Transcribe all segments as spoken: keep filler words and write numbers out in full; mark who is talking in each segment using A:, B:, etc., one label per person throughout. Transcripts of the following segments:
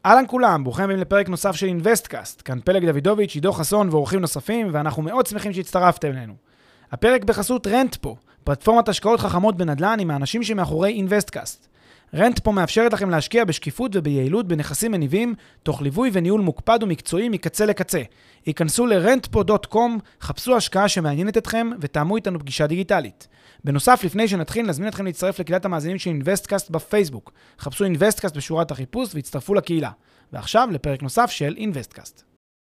A: אהלן כולם, ברוכים הבאים לפרק נוסף של אינבסטקאסט. כאן פלג דוידוביץ', עידו חסון ואורחים נוספים, ואנחנו מאוד שמחים שהצטרפתם אלינו. הפרק בחסות רנטפו, פלטפורמת השקעות חכמות בנדל"ן עם האנשים שמאחורי אינבסטקאסט. רנטפו מאפשרת לכם להשקיע בשקיפות וביעילות בנכסים מניבים, תוך ליווי וניהול מוקפד ומקצועי מקצה לקצה. היכנסו ל-רנטפו דוט קום, חפשו השקעה שמעניינת אתכם ותאמו איתנו פגישה דיגיטלית. בנוסף, לפני שנתחיל, נזמין אתכם להצטרף לקהילת המאזינים של אינבסטקאסט בפייסבוק. חפשו אינבסטקאסט בשורת החיפוש והצטרפו לקהילה. ועכשיו לפרק נוסף של אינבסטקאסט.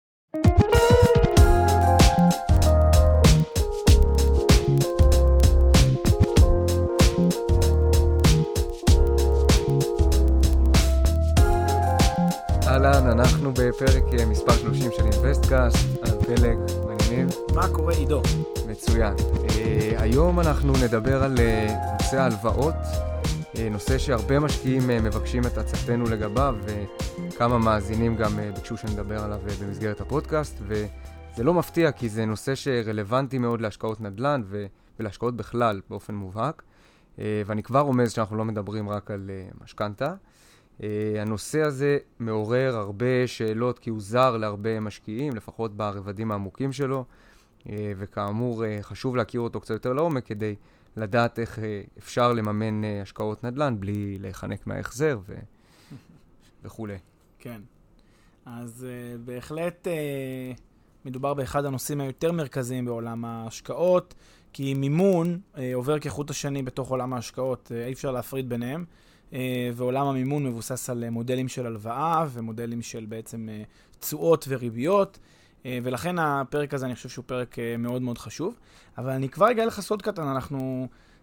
B: אהלן, אנחנו בפרק מספר שלושים של אינבסטקאסט. על פלג, מעניינים.
A: מה קורה, עידו?
B: מצוין. Uh, היום אנחנו נדבר על uh, נושא ההלוואות, uh, נושא שהרבה משקיעים uh, מבקשים את עצתנו לגביו, וכמה מאזינים גם uh, ביקשו שנדבר עליו uh, במסגרת הפודקאסט, וזה לא מפתיע כי זה נושא שרלוונטי מאוד להשקעות נדל"ן ו- ולהשקעות בכלל באופן מובהק, uh, ואני כבר רומז שאנחנו לא מדברים רק על uh, משכנתא. Uh, הנושא הזה מעורר הרבה שאלות כי הוא זר להרבה משקיעים, לפחות ברבדים העמוקים שלו, uh, וכאמור uh, חשוב להכיר אותו קצת יותר לעומק כדי לדעת איך uh, אפשר לממן uh, השקעות נדל"ן בלי להיחנק מההחזר ו... וכו'.
A: כן, אז uh, בהחלט uh, מדובר באחד הנושאים היותר מרכזיים בעולם ההשקעות, כי מימון uh, עובר כחוט השני בתוך עולם ההשקעות, uh, אי אפשר להפריד ביניהם. ועולם המימון מבוסס על מודלים של הלוואה ומודלים של בעצם תשואות וריביות, ולכן הפרק הזה אני חושב שהוא פרק מאוד מאוד חשוב. אבל אני כבר אגלה לך סוד קטן, אנחנו,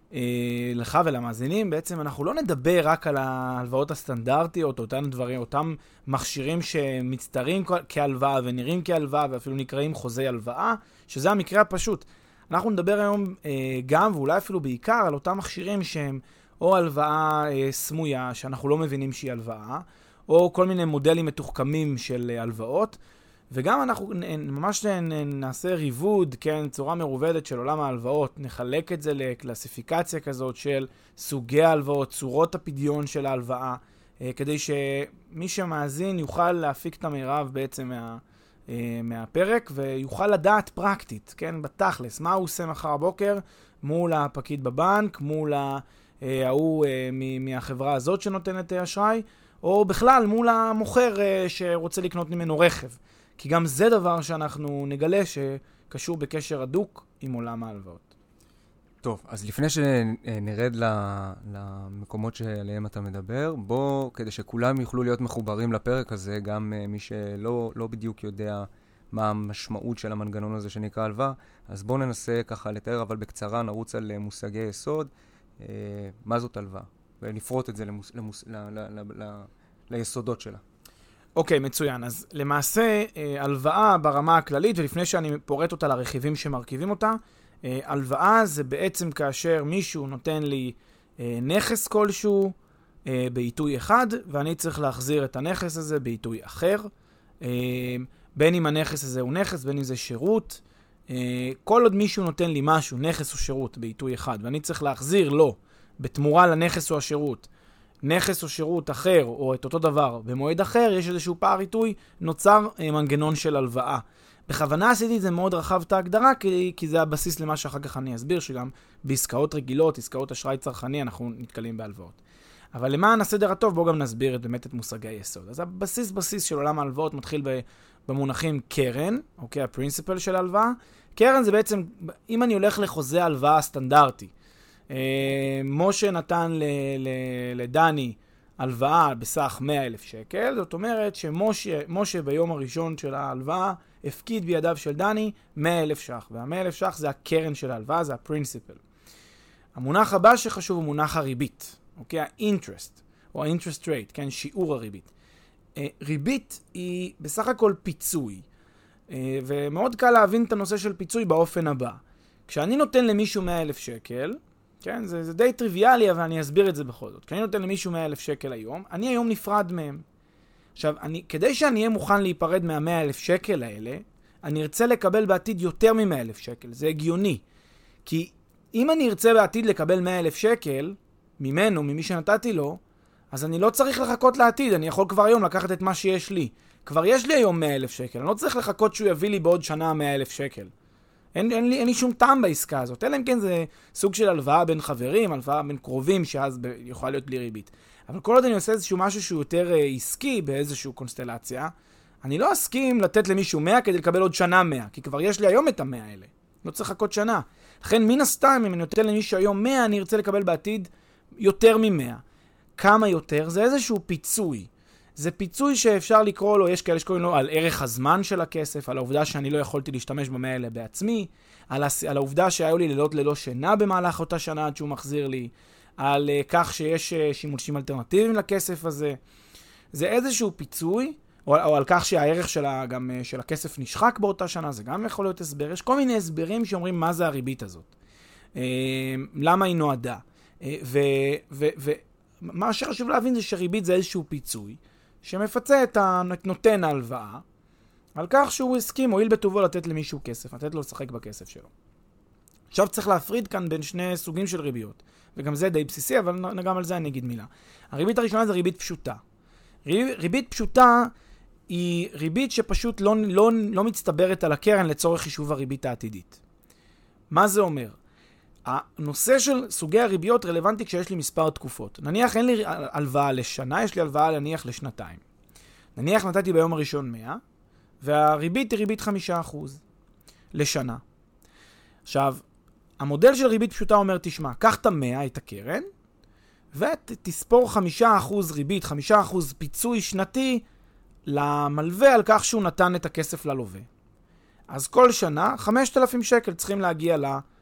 A: לך ולמאזינים, בעצם אנחנו לא נדבר רק על ההלוואות הסטנדרטיות, אותם דברים, אותם מכשירים שמצטרים כהלוואה ונראים כהלוואה ואפילו נקראים חוזי הלוואה, שזה המקרה הפשוט. אנחנו נדבר היום גם ואולי אפילו בעיקר על אותם מכשירים שהם או הלוואה אה, סמויה, שאנחנו לא מבינים שהיא הלוואה, או כל מיני מודלים מתוחכמים של אה, הלוואות, וגם אנחנו נ, ממש נ, נ, נעשה ריבוד, כן, צורה מרובדת של עולם ההלוואות, נחלק את זה לקלסיפיקציה כזאת של סוגי ההלוואות, צורות הפדיון של ההלוואה, אה, כדי שמי שמאזין יוכל להפיק את המירב בעצם מה, אה, מהפרק, ויוכל לדעת פרקטית, כן, בתכלס, מה הוא עושה מחר הבוקר מול הפקיד בבנק, מול ה... ההוא מהחברה הזאת שנותנת אשראי, או בכלל מול המוכר שרוצה לקנות ממנו רכב. כי גם זה דבר שאנחנו נגלה שקשור בקשר הדוק עם עולם ההלוואות.
B: טוב, אז לפני שנרד למקומות שעליהם אתה מדבר, בוא, כדי שכולם יוכלו להיות מחוברים לפרק הזה, גם מי שלא לא בדיוק יודע מה המשמעות של המנגנון הזה שנקרא הלוואה, אז בוא ננסה ככה לתאר, אבל בקצרה נרוץ על מושגי יסוד, Uh, מה זאת הלוואה, ונפרוט את זה למוס, למוס, ל, ל, ל, ל, ל, ליסודות שלה.
A: אוקיי, okay, מצוין. אז למעשה, uh, הלוואה ברמה הכללית, ולפני שאני פורט אותה לרכיבים שמרכיבים אותה, uh, הלוואה זה בעצם כאשר מישהו נותן לי uh, נכס כלשהו uh, בעיתוי אחד, ואני צריך להחזיר את הנכס הזה בעיתוי אחר. Uh, בין אם הנכס הזה הוא נכס, בין אם זה שירות, Uh, כל עוד מישהו נותן לי משהו, נכס או שירות בעיתוי אחד, ואני צריך להחזיר לו בתמורה לנכס או השירות, נכס או שירות אחר או את אותו דבר במועד אחר, יש איזשהו פער עיתוי, נוצר uh, מנגנון של הלוואה. בכוונה עשיתי את זה מאוד רחב את ההגדרה, כי, כי זה הבסיס למה שאחר כך אני אסביר, שגם בעסקאות רגילות, עסקאות אשראי צרכני, אנחנו נתקלים בהלוואות. אבל למען הסדר הטוב, בואו גם נסביר את, באמת את מושגי היסוד. אז הבסיס בסיס של עולם ההלוואות מתחיל במונחים קרן, אוקיי, הפרינסיפל של הלוואה. קרן זה בעצם, אם אני הולך לחוזה הלוואה סטנדרטי, אה, משה נתן ל, ל, לדני הלוואה בסך מאה אלף שקל, זאת אומרת שמשה משה ביום הראשון של ההלוואה הפקיד בידיו של דני מאה אלף שח, וה-מאה אלף שח זה הקרן של ההלוואה, זה הפרינסיפל. המונח הבא שחשוב הוא מונח הריבית, אוקיי, ה-interest, או ה-interest rate, כן, שיעור הריבית. אה, ריבית היא בסך הכל פיצוי, אה, ומאוד קל להבין את הנושא של פיצוי באופן הבא. כשאני נותן למישהו מאה אלף שקל, כן, זה, זה די טריוויאלי, אבל אני אסביר את זה בכל זאת. כשאני נותן למישהו מאה אלף שקל היום, אני היום נפרד מהם. עכשיו, אני, כדי שאני אהיה מוכן להיפרד מה-מאה אלף שקל האלה, אני ארצה לקבל בעתיד יותר מ-מאה אלף שקל. זה הגיוני. כי אם אני ארצה בעתיד לקבל מאה אלף שקל ממנו, ממי שנתתי לו, אז אני לא צריך לחכות לעתיד, אני יכול כבר היום לקחת את מה שיש לי. כבר יש לי היום מאה אלף שקל, אני לא צריך לחכות שהוא יביא לי בעוד שנה מאה אלף שקל. אין, אין, לי, אין לי שום טעם בעסקה הזאת, אלא אם כן זה סוג של הלוואה בין חברים, הלוואה בין קרובים, שאז ב- יכולה להיות בלי ריבית. אבל כל עוד אני עושה איזשהו משהו שהוא יותר uh, עסקי באיזשהו קונסטלציה, אני לא אסכים לתת למישהו מאה כדי לקבל עוד שנה מאה, כי כבר יש לי היום את המאה האלה. לא צריך לחכות שנה. לכן מן הסתם, אם אני נותן למישהו היום מאה, אני ארצה לקבל בעתיד יותר ממאה. כמה יותר? זה איזשהו פיצוי. זה פיצוי שאפשר לקרוא לו, יש כאלה שקוראים לו על ערך הזמן של הכסף, על העובדה שאני לא יכולתי להשתמש במאה האלה בעצמי, על, הס... על העובדה שהיו לי לילות ללא שינה במהלך אותה שנה עד שהוא מחזיר לי, על uh, כך שיש uh, שימושים אלטרנטיביים לכסף הזה. זה איזשהו פיצוי, או, או על כך שהערך שלה, גם, uh, של הכסף נשחק באותה שנה, זה גם יכול להיות הסבר. יש כל מיני הסברים שאומרים מה זה הריבית הזאת. Uh, למה היא נועדה. Uh, ו... ו, ו מה שחשוב להבין זה שריבית זה איזשהו פיצוי, שמפצה את נותן ההלוואה, על כך שהוא הסכים, הועיל בטובו לתת למישהו כסף, לתת לו לשחק בכסף שלו. עכשיו צריך להפריד כאן בין שני סוגים של ריביות, וגם זה די בסיסי, אבל גם על זה אני אגיד מילה. הריבית הראשונה זה ריבית פשוטה. ריבית פשוטה היא ריבית שפשוט לא, לא, לא מצטברת על הקרן לצורך חישוב הריבית העתידית. מה זה אומר? הנושא של סוגי הריביות רלוונטי כשיש לי מספר תקופות. נניח אין לי הלוואה לשנה, יש לי הלוואה נניח לשנתיים. נניח נתתי ביום הראשון מאה, והריבית היא ריבית חמישה אחוז לשנה. עכשיו, המודל של ריבית פשוטה אומר, תשמע, קח את המאה, את הקרן, ותספור חמישה אחוז ריבית, חמישה אחוז פיצוי שנתי למלווה על כך שהוא נתן את הכסף ללווה. אז כל שנה, חמשת אלפים שקל צריכים להגיע ל...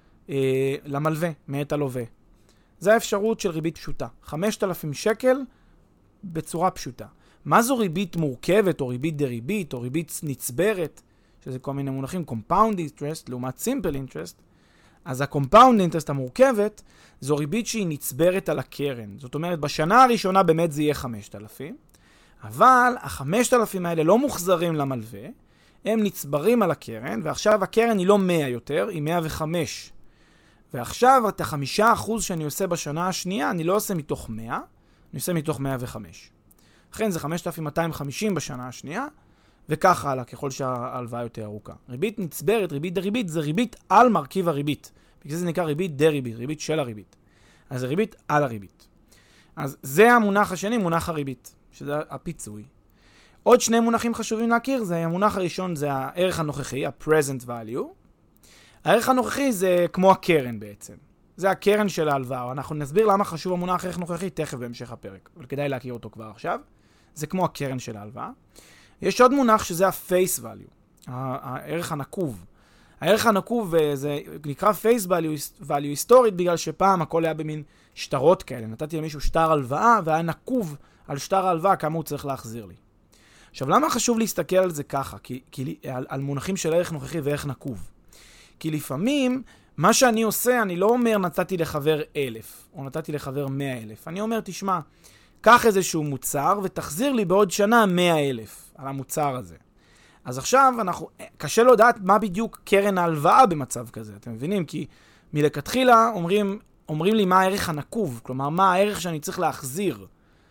A: למלווה, מאת הלווה. זה האפשרות של ריבית פשוטה. חמשת אלפים שקל בצורה פשוטה. מה זו ריבית מורכבת, או ריבית דריבית, או ריבית נצברת, שזה כל מיני מונחים, compound interest, לעומת simple interest. אז ה-compound interest המורכבת, זו ריבית שהיא נצברת על הקרן. זאת אומרת, בשנה הראשונה באמת זה יהיה חמשת אלפים, אבל ה-חמשת אלפים האלה לא מוחזרים למלווה, הם נצברים על הקרן, ועכשיו הקרן היא לא מאה יותר, היא מאה וחמש. ועכשיו את החמישה אחוז שאני עושה בשנה השנייה, אני לא עושה מתוך מאה, אני עושה מתוך מאה וחמש. לכן זה חמשת אלפים מאתיים וחמישים בשנה השנייה, וככה הלאה, ככל שההלוואה יותר ארוכה. ריבית נצברת, ריבית דריבית, זה ריבית על מרכיב הריבית. בגלל זה נקרא ריבית דריבית, ריבית של הריבית. אז זה ריבית על הריבית. אז זה המונח השני, מונח הריבית, שזה הפיצוי. עוד שני מונחים חשובים להכיר, זה המונח הראשון, זה הערך הנוכחי, ה-present value. הערך הנוכחי זה כמו הקרן בעצם. זה הקרן של ההלוואה. אנחנו נסביר למה חשוב המונח ערך נוכחי תכף בהמשך הפרק, אבל כדאי להכיר אותו כבר עכשיו. זה כמו הקרן של ההלוואה. יש עוד מונח שזה ה-face value, הערך הנקוב. הערך הנקוב זה נקרא face value, value היסטורית, בגלל שפעם הכל היה במין שטרות כאלה. נתתי למישהו שטר הלוואה, והיה נקוב על שטר ההלוואה כמה הוא צריך להחזיר לי. עכשיו, למה חשוב להסתכל על זה ככה? כי, כי, על, על מונחים של ערך נוכחי וערך נקוב. כי לפעמים, מה שאני עושה, אני לא אומר נתתי לחבר אלף, או נתתי לחבר מאה אלף. אני אומר, תשמע, קח איזשהו מוצר, ותחזיר לי בעוד שנה מאה אלף על המוצר הזה. אז עכשיו, אנחנו, קשה לדעת מה בדיוק קרן ההלוואה במצב כזה, אתם מבינים? כי מלכתחילה אומרים, אומרים לי מה הערך הנקוב, כלומר, מה הערך שאני צריך להחזיר.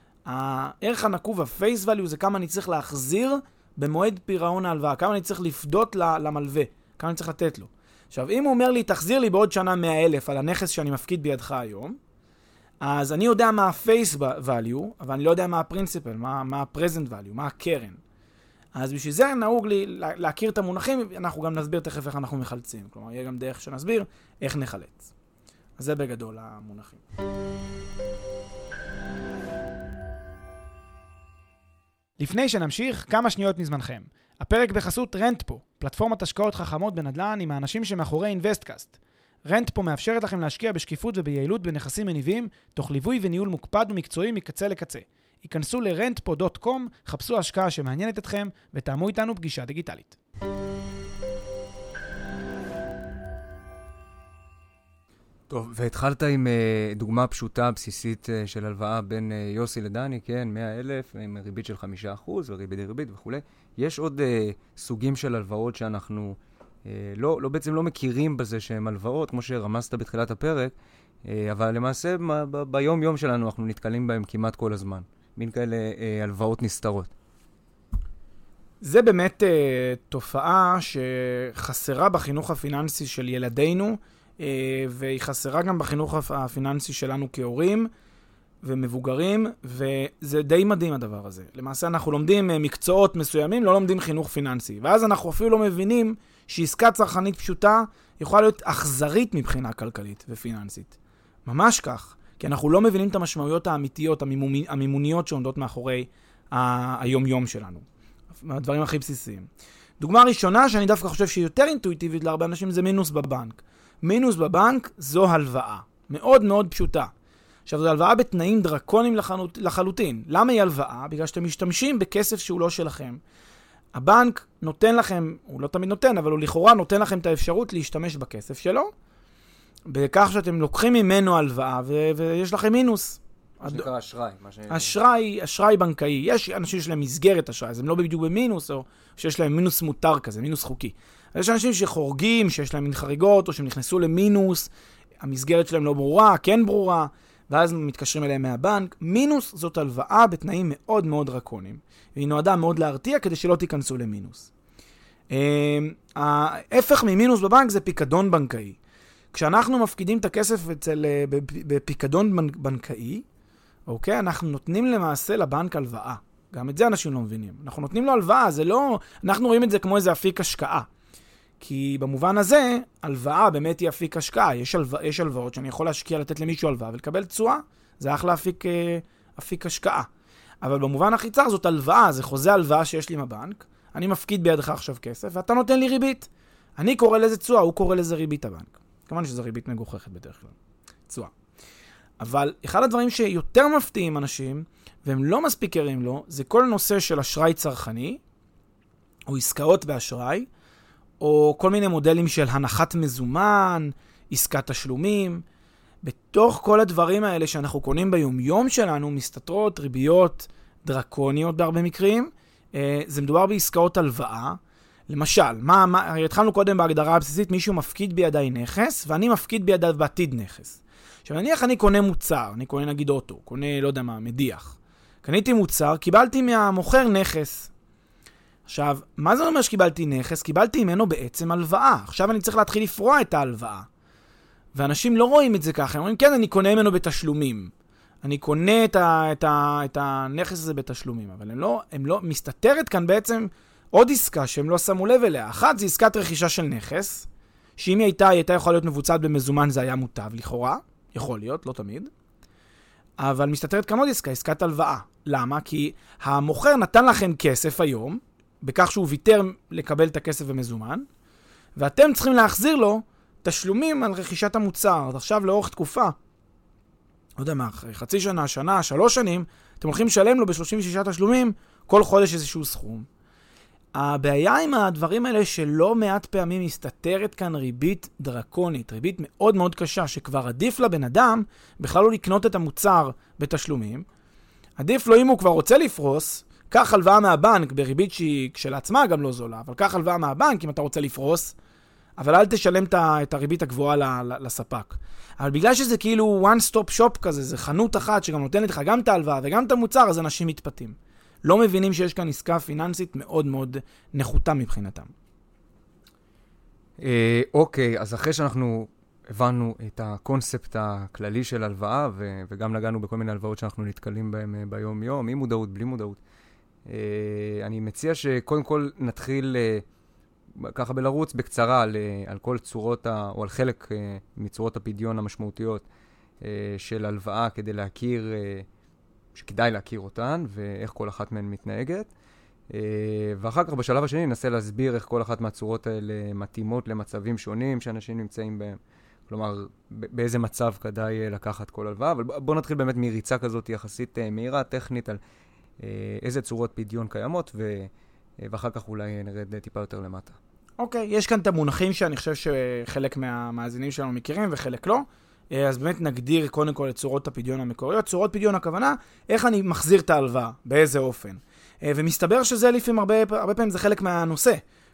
A: הערך הנקוב, ה-face value, זה כמה אני צריך להחזיר במועד פירעון ההלוואה, כמה אני צריך לפדות למלווה, כמה אני צריך לתת לו. עכשיו, אם הוא אומר לי, תחזיר לי בעוד שנה מאה אלף על הנכס שאני מפקיד בידך היום, אז אני יודע מה ה-face value, אבל אני לא יודע מה ה-principal, מה, מה ה-present value, מה הקרן. אז בשביל זה נהוג לי להכיר את המונחים, אנחנו גם נסביר תכף איך אנחנו מחלצים. כלומר, יהיה גם דרך שנסביר איך נחלץ. אז זה בגדול המונחים. לפני שנמשיך, כמה שניות מזמנכם. הפרק בחסות רנטפו, פלטפורמת השקעות חכמות בנדל"ן עם האנשים שמאחורי אינבסטקאסט. רנטפו מאפשרת לכם להשקיע בשקיפות וביעילות בנכסים מניבים, תוך ליווי וניהול מוקפד ומקצועי מקצה לקצה. היכנסו ל-רנטפו דוט קום, חפשו השקעה שמעניינת אתכם ותאמו איתנו פגישה דיגיטלית.
B: טוב, והתחלת עם uh, דוגמה פשוטה, בסיסית uh, של הלוואה בין uh, יוסי לדני, כן, מאה אלף, עם ריבית של חמישה אחוז וריבית דריבית וכו'. יש עוד uh, סוגים של הלוואות שאנחנו לא, לא בעצם לא מכירים בזה שהם הלוואות, כמו שרמזת בתחילת הפרק, אבל למעשה ב- ביום יום שלנו אנחנו נתקלים בהם כמעט כל הזמן. מין כאלה הלוואות נסתרות.
A: זה באמת אה, תופעה שחסרה בחינוך הפיננסי של ילדינו, אה, והיא חסרה גם בחינוך הפיננסי שלנו כהורים ומבוגרים, וזה די מדהים הדבר הזה. למעשה אנחנו לומדים מקצועות מסוימים, לא לומדים חינוך פיננסי, ואז אנחנו אפילו לא מבינים שעסקה צרכנית פשוטה יכולה להיות אכזרית מבחינה כלכלית ופיננסית. ממש כך, כי אנחנו לא מבינים את המשמעויות האמיתיות, המימוני, המימוניות שעומדות מאחורי ה- היום-יום שלנו. הדברים הכי בסיסיים. דוגמה ראשונה שאני דווקא חושב שהיא יותר אינטואיטיבית להרבה אנשים זה מינוס בבנק. מינוס בבנק זו הלוואה. מאוד מאוד פשוטה. עכשיו, זו הלוואה בתנאים דרקוניים לחלוט, לחלוטין. למה היא הלוואה? בגלל שאתם משתמשים בכסף שהוא לא שלכם. הבנק נותן לכם, הוא לא תמיד נותן, אבל הוא לכאורה נותן לכם את האפשרות להשתמש בכסף שלו, בכך שאתם לוקחים ממנו הלוואה ו- ויש לכם מינוס.
B: מה שנקרא אשראי.
A: אשראי, אשראי בנקאי. יש אנשים שיש להם מסגרת אשראי, אז הם לא בדיוק במינוס, או שיש להם מינוס מותר כזה, מינוס חוקי. יש אנשים שחורגים, שיש להם מין חריגות, או שהם נכנסו למינוס, המסגרת שלהם לא ברורה, כן ברורה, ואז מתקשרים אליהם מהבנק. מינוס זאת הלוואה בתנאים מאוד מאוד דרקוניים. והיא נועדה מאוד להרתיע כדי שלא תיכנסו למינוס. ההפך ממינוס בבנק זה פיקדון בנקאי. כשאנחנו מפקידים את הכסף אצל, בפיקדון בנקאי, אוקיי? אנחנו נותנים למעשה לבנק הלוואה. גם את זה אנשים לא מבינים. אנחנו נותנים לו הלוואה, זה לא... אנחנו רואים את זה כמו איזה אפיק השקעה. כי במובן הזה, הלוואה באמת היא אפיק השקעה. יש, הלווא, יש הלוואות שאני יכול להשקיע, לתת למישהו הלוואה ולקבל תשואה. זה אחלה אפיק, אפיק השקעה. אבל במובן הכי צר זאת הלוואה, זה חוזה הלוואה שיש לי מהבנק. אני מפקיד בידך עכשיו כסף, ואתה נותן לי ריבית. אני קורא לזה תשואה, הוא קורא לזה ריבית הבנק. כמובן שזו ריבית מגוחכת בדרך כלל. תשואה. אבל אחד הדברים שיותר מפתיעים אנשים, והם לא מספיק ערים לו, זה כל הנושא של אשראי צרכני, או עסקאות באשראי, או כל מיני מודלים של הנחת מזומן, עסקת תשלומים. בתוך כל הדברים האלה שאנחנו קונים ביום-יום שלנו, מסתתרות ריביות דרקוניות בהרבה מקרים. זה מדובר בעסקאות הלוואה. למשל, מה, מה, התחלנו קודם בהגדרה הבסיסית, מישהו מפקיד בידיי נכס, ואני מפקיד בידיו בעתיד נכס. עכשיו, נניח אני קונה מוצר, אני קונה נגיד אוטו, קונה, לא יודע מה, מדיח. קניתי מוצר, קיבלתי מהמוכר נכס. עכשיו, מה זה אומר שקיבלתי נכס? קיבלתי ממנו בעצם הלוואה. עכשיו אני צריך להתחיל לפרוע את ההלוואה. ואנשים לא רואים את זה ככה, הם אומרים, כן, אני קונה ממנו בתשלומים. אני קונה את, ה, את, ה, את הנכס הזה בתשלומים, אבל הם לא, הם לא, מסתתרת כאן בעצם עוד עסקה שהם לא שמו לב אליה. אחת, זה עסקת רכישה של נכס, שאם היא הייתה, היא הייתה יכולה להיות מבוצעת במזומן, זה היה מוטב לכאורה. יכול להיות, לא תמיד. אבל מסתתרת כאן עוד עסקה, עסקת הלוואה. למה? כי המוכר נתן לכם כסף היום, בכך שהוא ויתר לקבל את הכסף במזומן, ואתם צריכים להחזיר לו תשלומים על רכישת המוצר. אז עכשיו לאורך תקופה, לא יודע מה, חצי שנה, שנה, שלוש שנים, אתם הולכים לשלם לו ב-שלושים ושישה תשלומים, כל חודש איזשהו סכום. הבעיה עם הדברים האלה שלא מעט פעמים מסתתרת כאן ריבית דרקונית, ריבית מאוד מאוד קשה, שכבר עדיף לבן אדם בכלל לא לקנות את המוצר בתשלומים. עדיף לו אם הוא כבר רוצה לפרוס, קח הלוואה מהבנק בריבית שהיא כשלעצמה גם לא זולה, אבל קח הלוואה מהבנק אם אתה רוצה לפרוס, אבל אל תשלם את הריבית הגבוהה לספק. אבל בגלל שזה כאילו one stop shop כזה, זה חנות אחת שגם נותנת לך גם את ההלוואה וגם את המוצר, אז אנשים מתפתים. לא מבינים שיש כאן עסקה פיננסית מאוד מאוד נחותה מבחינתם.
B: אוקיי, אז אחרי שאנחנו הבנו את הקונספט הכללי של הלוואה, וגם נגענו בכל מיני הלוואות שאנחנו נתקלים בהם ביום-יום, עם מודעות, בלי מודעות, אני מציע שקודם כל נתחיל ככה בלרוץ בקצרה על, על כל צורות, ה, או על חלק מצורות הפדיון המשמעותיות של הלוואה, כדי להכיר, שכדאי להכיר אותן, ואיך כל אחת מהן מתנהגת. ואחר כך בשלב השני ננסה להסביר איך כל אחת מהצורות האלה מתאימות למצבים שונים שאנשים נמצאים בהם. כלומר, באיזה מצב כדאי לקחת כל הלוואה. אבל בואו נתחיל באמת מריצה כזאת יחסית מהירה, טכנית, על איזה צורות פדיון קיימות, ו... ואחר כך אולי נרד טיפה יותר למטה.
A: אוקיי, יש כאן את המונחים שאני חושב שחלק מהמאזינים שלנו מכירים וחלק לא. אז באמת נגדיר קודם כל את צורות הפדיון המקוריות. צורות פדיון הכוונה, איך אני מחזיר את ההלוואה, באיזה אופן. ומסתבר שזה לפעמים הרבה, הרבה פעמים זה חלק מהנושא.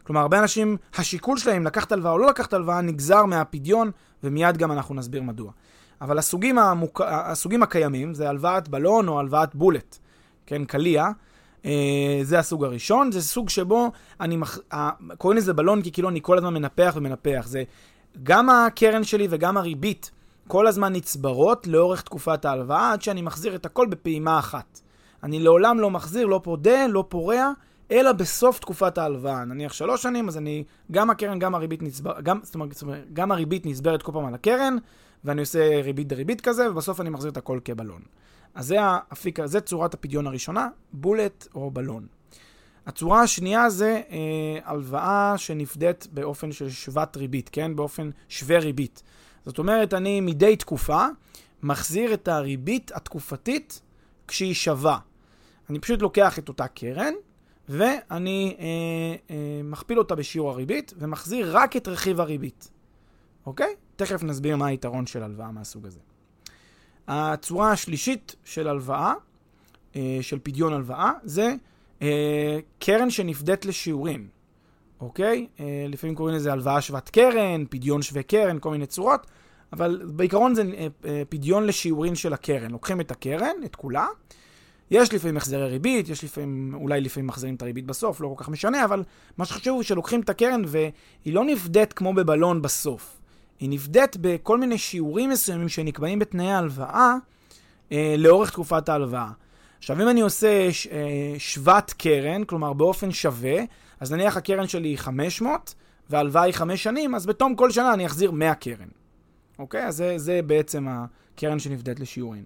A: כלומר, הרבה אנשים, השיקול שלהם לקחת הלוואה או לא לקחת הלוואה נגזר מהפדיון, ומיד גם אנחנו נסביר מדוע. אבל הסוגים, המוק... הסוגים הקיימים, זה הלוואת בלון או הלוואת בולט, כן, קליע, אה, זה הסוג הראשון, זה סוג שבו אני מח... קוראים לזה בלון כי כאילו אני כל הזמן מנפח ומנפח, זה גם הקרן שלי וגם הריבית כל הזמן נצברות לאורך תקופת ההלוואה, עד שאני מחזיר את הכל בפעימה אחת. אני לעולם לא מחזיר, לא פודה, לא פורע, אלא בסוף תקופת ההלוואה. נניח שלוש שנים, אז אני, גם הקרן, גם הריבית נצבר, גם, זאת אומרת, גם הריבית נצברת כל פעם על הקרן, ואני עושה ריבית דריבית כזה, ובסוף אני מחזיר את הכל כבלון. אז זה האפיק, זה צורת הפדיון הראשונה, בולט או בלון. הצורה השנייה זה אה, הלוואה שנפדית באופן של שוות ריבית, כן? באופן שווה ריבית. זאת אומרת, אני מדי תקופה מחזיר את הריבית התקופתית כשהיא שווה. אני פשוט לוקח את אותה קרן, ואני אה, אה, מכפיל אותה בשיעור הריבית, ומחזיר רק את רכיב הריבית. אוקיי? תכף נסביר מה היתרון של הלוואה מהסוג הזה. הצורה השלישית של הלוואה, אה, של פדיון הלוואה, זה אה, קרן שנפדית לשיעורים. אוקיי? אה, לפעמים קוראים לזה הלוואה שוות קרן, פדיון שווה קרן, כל מיני צורות, אבל בעיקרון זה אה, אה, פדיון לשיעורים של הקרן. לוקחים את הקרן, את כולה, יש לפעמים מחזרי ריבית, יש לפעמים, אולי לפעמים מחזרים את הריבית בסוף, לא כל כך משנה, אבל מה שחשוב הוא שלוקחים את הקרן והיא לא נפדית כמו בבלון בסוף. היא נפדית בכל מיני שיעורים מסוימים שנקבעים בתנאי ההלוואה אה, לאורך תקופת ההלוואה. עכשיו, אם אני עושה ש, אה, שוות קרן, כלומר באופן שווה, אז נניח הקרן שלי היא חמש מאות, וההלוואה היא חמש שנים, אז בתום כל שנה אני אחזיר מאה קרן. אוקיי? אז זה, זה בעצם הקרן שנפדית לשיעורים.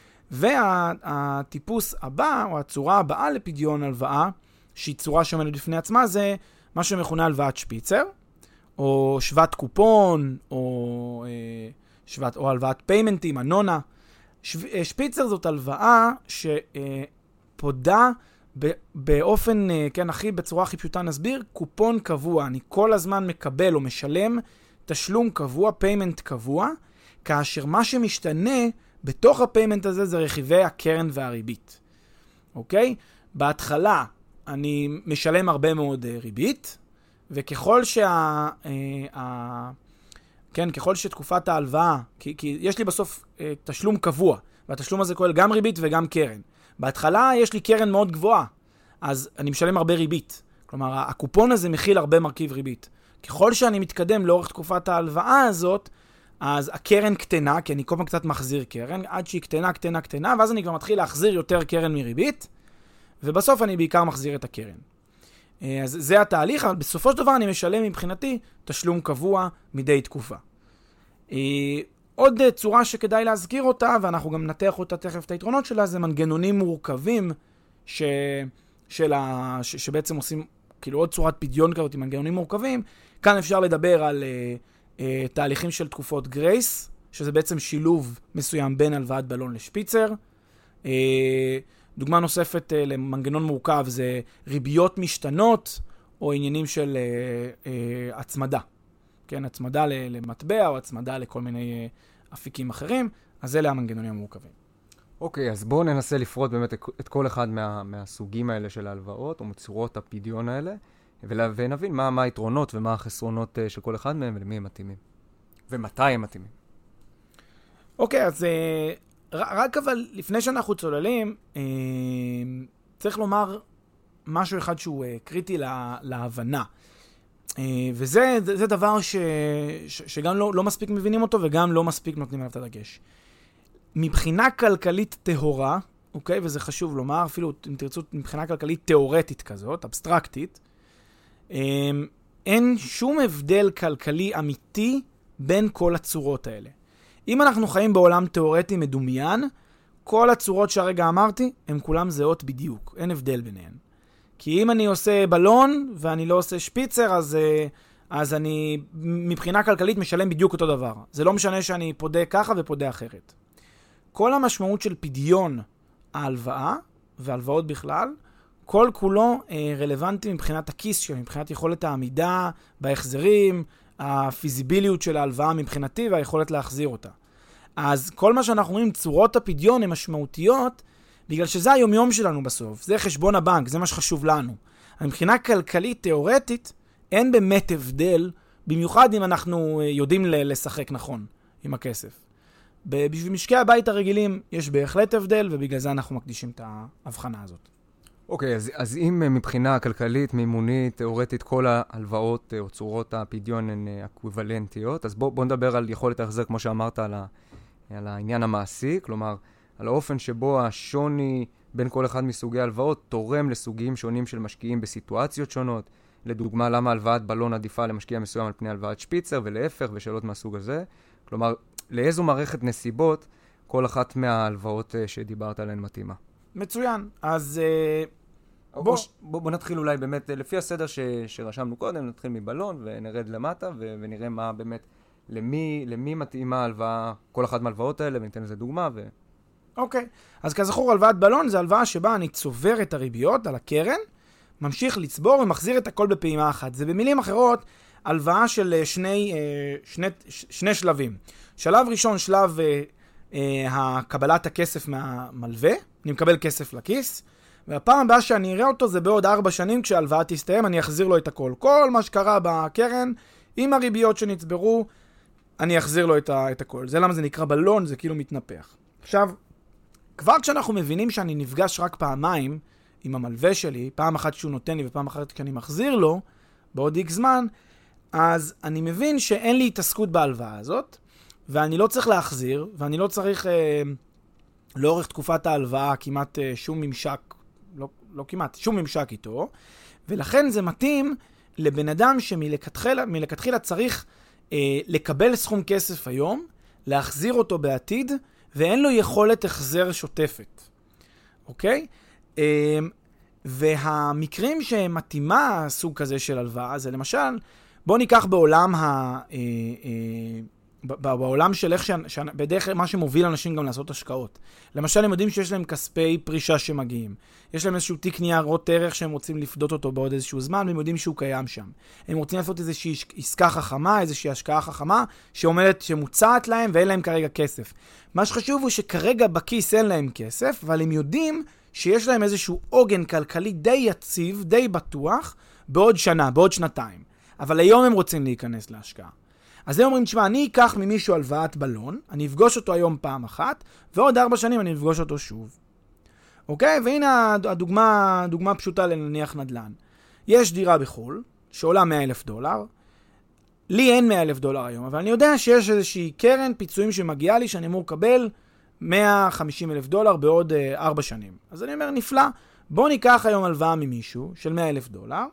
A: והטיפוס הבא, או הצורה הבאה לפדיון הלוואה, שהיא צורה שעומדת בפני עצמה, זה מה שמכונה הלוואת שפיצר, או שוות קופון, או, אה, שוות, או הלוואת פיימנטים, אנונה. שו, שפיצר זאת הלוואה שפודה ב, באופן, אה, כן, הכי, בצורה הכי פשוטה נסביר, קופון קבוע. אני כל הזמן מקבל או משלם תשלום קבוע, פיימנט קבוע, כאשר מה שמשתנה בתוך הפיימנט הזה זה רכיבי הקרן והריבית. אוקיי? בהתחלה אני משלם הרבה מאוד ריבית, וככל שה... ה... כן, ככל שתקופת ההלוואה, כי, כי יש לי בסוף תשלום קבוע, והתשלום הזה כולל גם ריבית וגם קרן. בהתחלה יש לי קרן מאוד גבוהה, אז אני משלם הרבה ריבית. כלומר, הקופון הזה מכיל הרבה מרכיב ריבית. ככל שאני מתקדם לאורך תקופת ההלוואה הזאת, אז הקרן קטנה, כי אני כל פעם קצת מחזיר קרן, עד שהיא קטנה, קטנה, קטנה, ואז אני כבר מתחיל להחזיר יותר קרן מריבית, ובסוף אני בעיקר מחזיר את הקרן. אז זה התהליך, אבל בסופו של דבר אני משלם מבחינתי תשלום קבוע מדי תקופה. עוד צורה שכדאי להזכיר אותה, ואנחנו גם נתח אותה תכף את היתרונות שלה, זה מנגנונים מורכבים, ש... של ה... ש... שבעצם עושים, כאילו עוד צורת פדיון כזאת עם מנגנונים מורכבים. כאן אפשר לדבר על uh, uh, תהליכים של תקופות גרייס, שזה בעצם שילוב מסוים בין הלוואת בלון לשפיצר. Uh, דוגמה נוספת uh, למנגנון מורכב זה ריביות משתנות, או עניינים של uh, uh, הצמדה. כן, הצמדה למטבע, או הצמדה לכל מיני uh, אפיקים אחרים. אז אלה המנגנונים המורכבים.
B: אוקיי, אז בואו ננסה לפרוט באמת את כל אחד מה, מהסוגים האלה של ההלוואות, או מצורות הפדיון האלה, ונבין מה, מה היתרונות ומה החסרונות של כל אחד מהם, ולמי הם מתאימים. ומתי הם מתאימים.
A: אוקיי, אז רק אבל לפני שאנחנו צוללים, צריך לומר משהו אחד שהוא קריטי לה, להבנה. וזה זה דבר ש, ש, שגם לא, לא מספיק מבינים אותו, וגם לא מספיק נותנים עליו את הדגש. מבחינה כלכלית טהורה, אוקיי, וזה חשוב לומר, אפילו אם תרצו מבחינה כלכלית תיאורטית כזאת, אבסטרקטית, אין שום הבדל כלכלי אמיתי בין כל הצורות האלה. אם אנחנו חיים בעולם תיאורטי מדומיין, כל הצורות שהרגע אמרתי, הן כולם זהות בדיוק, אין הבדל ביניהן. כי אם אני עושה בלון ואני לא עושה שפיצר, אז, אז אני מבחינה כלכלית משלם בדיוק אותו דבר. זה לא משנה שאני פודה ככה ופודה אחרת. כל המשמעות של פדיון ההלוואה, והלוואות בכלל, כל כולו אה, רלוונטי מבחינת הכיס שלי, מבחינת יכולת העמידה בהחזרים, הפיזיביליות של ההלוואה מבחינתי, והיכולת להחזיר אותה. אז כל מה שאנחנו רואים, צורות הפדיון הן משמעותיות, בגלל שזה היומיום שלנו בסוף. זה חשבון הבנק, זה מה שחשוב לנו. מבחינה כלכלית, תיאורטית, אין באמת הבדל, במיוחד אם אנחנו יודעים לשחק נכון עם הכסף. בשביל משקי הבית הרגילים יש בהחלט הבדל, ובגלל זה אנחנו מקדישים את ההבחנה הזאת.
B: אוקיי, אז, אז אם מבחינה כלכלית, מימונית, תיאורטית, כל ההלוואות או צורות הפדיון הן אקוויוולנטיות, אז בוא, בוא נדבר על יכולת ההחזר, כמו שאמרת, על, ה, על העניין המעשי, כלומר, על האופן שבו השוני בין כל אחד מסוגי ההלוואות תורם לסוגים שונים של משקיעים בסיטואציות שונות. לדוגמה, למה הלוואת בלון עדיפה למשקיע מסוים על פני הלוואת שפיצר ולהפך ושאלות מהסוג הזה. כלומר, לאיזו מערכת נסיבות כל אחת מההלוואות שדיברת עליהן מתאימה.
A: מצוין. אז
B: בוא, בוא, בוא, בוא נתחיל אולי באמת, לפי הסדר ש, שרשמנו קודם, נתחיל מבלון ונרד למטה ו, ונראה מה באמת, למי, למי מתאימה ההלוואה, כל אחת מההלוואות האלה, וניתן לזה דוגמה. ו...
A: אוקיי. אז כזכור, הלוואת בלון זה הלוואה שבה אני צובר את הריביות על הקרן, ממשיך לצבור ומחזיר את הכל בפעימה אחת. זה במילים אחרות, הלוואה של שני, שני, שני שלבים. שלב ראשון, שלב הקבלת הכסף מהמלווה, אני מקבל כסף לכיס, והפעם הבאה שאני אראה אותו זה בעוד ארבע שנים, כשההלוואה תסתיים, אני אחזיר לו את הכל. כל מה שקרה בקרן, עם הריביות שנצברו, אני אחזיר לו את, ה, את הכל. זה למה זה נקרא בלון, זה כאילו מתנפח. עכשיו, כבר כשאנחנו מבינים שאני נפגש רק פעמיים עם המלווה שלי, פעם אחת שהוא נותן לי ופעם אחת כשאני מחזיר לו, בעוד איקס זמן, אז אני מבין שאין לי התעסקות בהלוואה הזאת, ואני לא צריך להחזיר, ואני לא צריך אה, לאורך תקופת ההלוואה כמעט אה, שום ממשק, לא, לא כמעט, שום ממשק איתו, ולכן זה מתאים לבן אדם שמלכתחילה מלכתחילה צריך אה, לקבל סכום כסף היום, להחזיר אותו בעתיד, ואין לו יכולת החזר שוטפת. אוקיי? אה, והמקרים שמתאימה סוג כזה של הלוואה, זה למשל, בוא ניקח בעולם ה... אה, אה, בעולם של איך ש... בדרך מה שמוביל אנשים גם לעשות השקעות. למשל, הם יודעים שיש להם כספי פרישה שמגיעים. יש להם איזשהו תיק ניירות ערך שהם רוצים לפדות אותו בעוד איזשהו זמן, והם יודעים שהוא קיים שם. הם רוצים לעשות איזושהי עסקה חכמה, איזושהי השקעה חכמה, שעומדת, שמוצעת להם, ואין להם כרגע כסף. מה שחשוב הוא שכרגע בכיס אין להם כסף, אבל הם יודעים שיש להם איזשהו עוגן כלכלי די יציב, די בטוח, בעוד שנה, בעוד שנתיים. אבל היום הם רוצים להיכנס להשקעה. אז הם אומרים, תשמע, אני אקח ממישהו הלוואת בלון, אני אפגוש אותו היום פעם אחת, ועוד ארבע שנים אני אפגוש אותו שוב. אוקיי? והנה הדוגמה, הדוגמה פשוטה לנניח נדל"ן. יש דירה בחול, שעולה מאה אלף דולר, לי אין מאה אלף דולר היום, אבל אני יודע שיש איזושהי קרן פיצויים שמגיעה לי, שאני אמור לקבל מאה וחמישים אלף דולר בעוד ארבע uh, שנים. אז אני אומר, נפלא, בוא ניקח היום הלוואה ממישהו של מאה אלף דולר,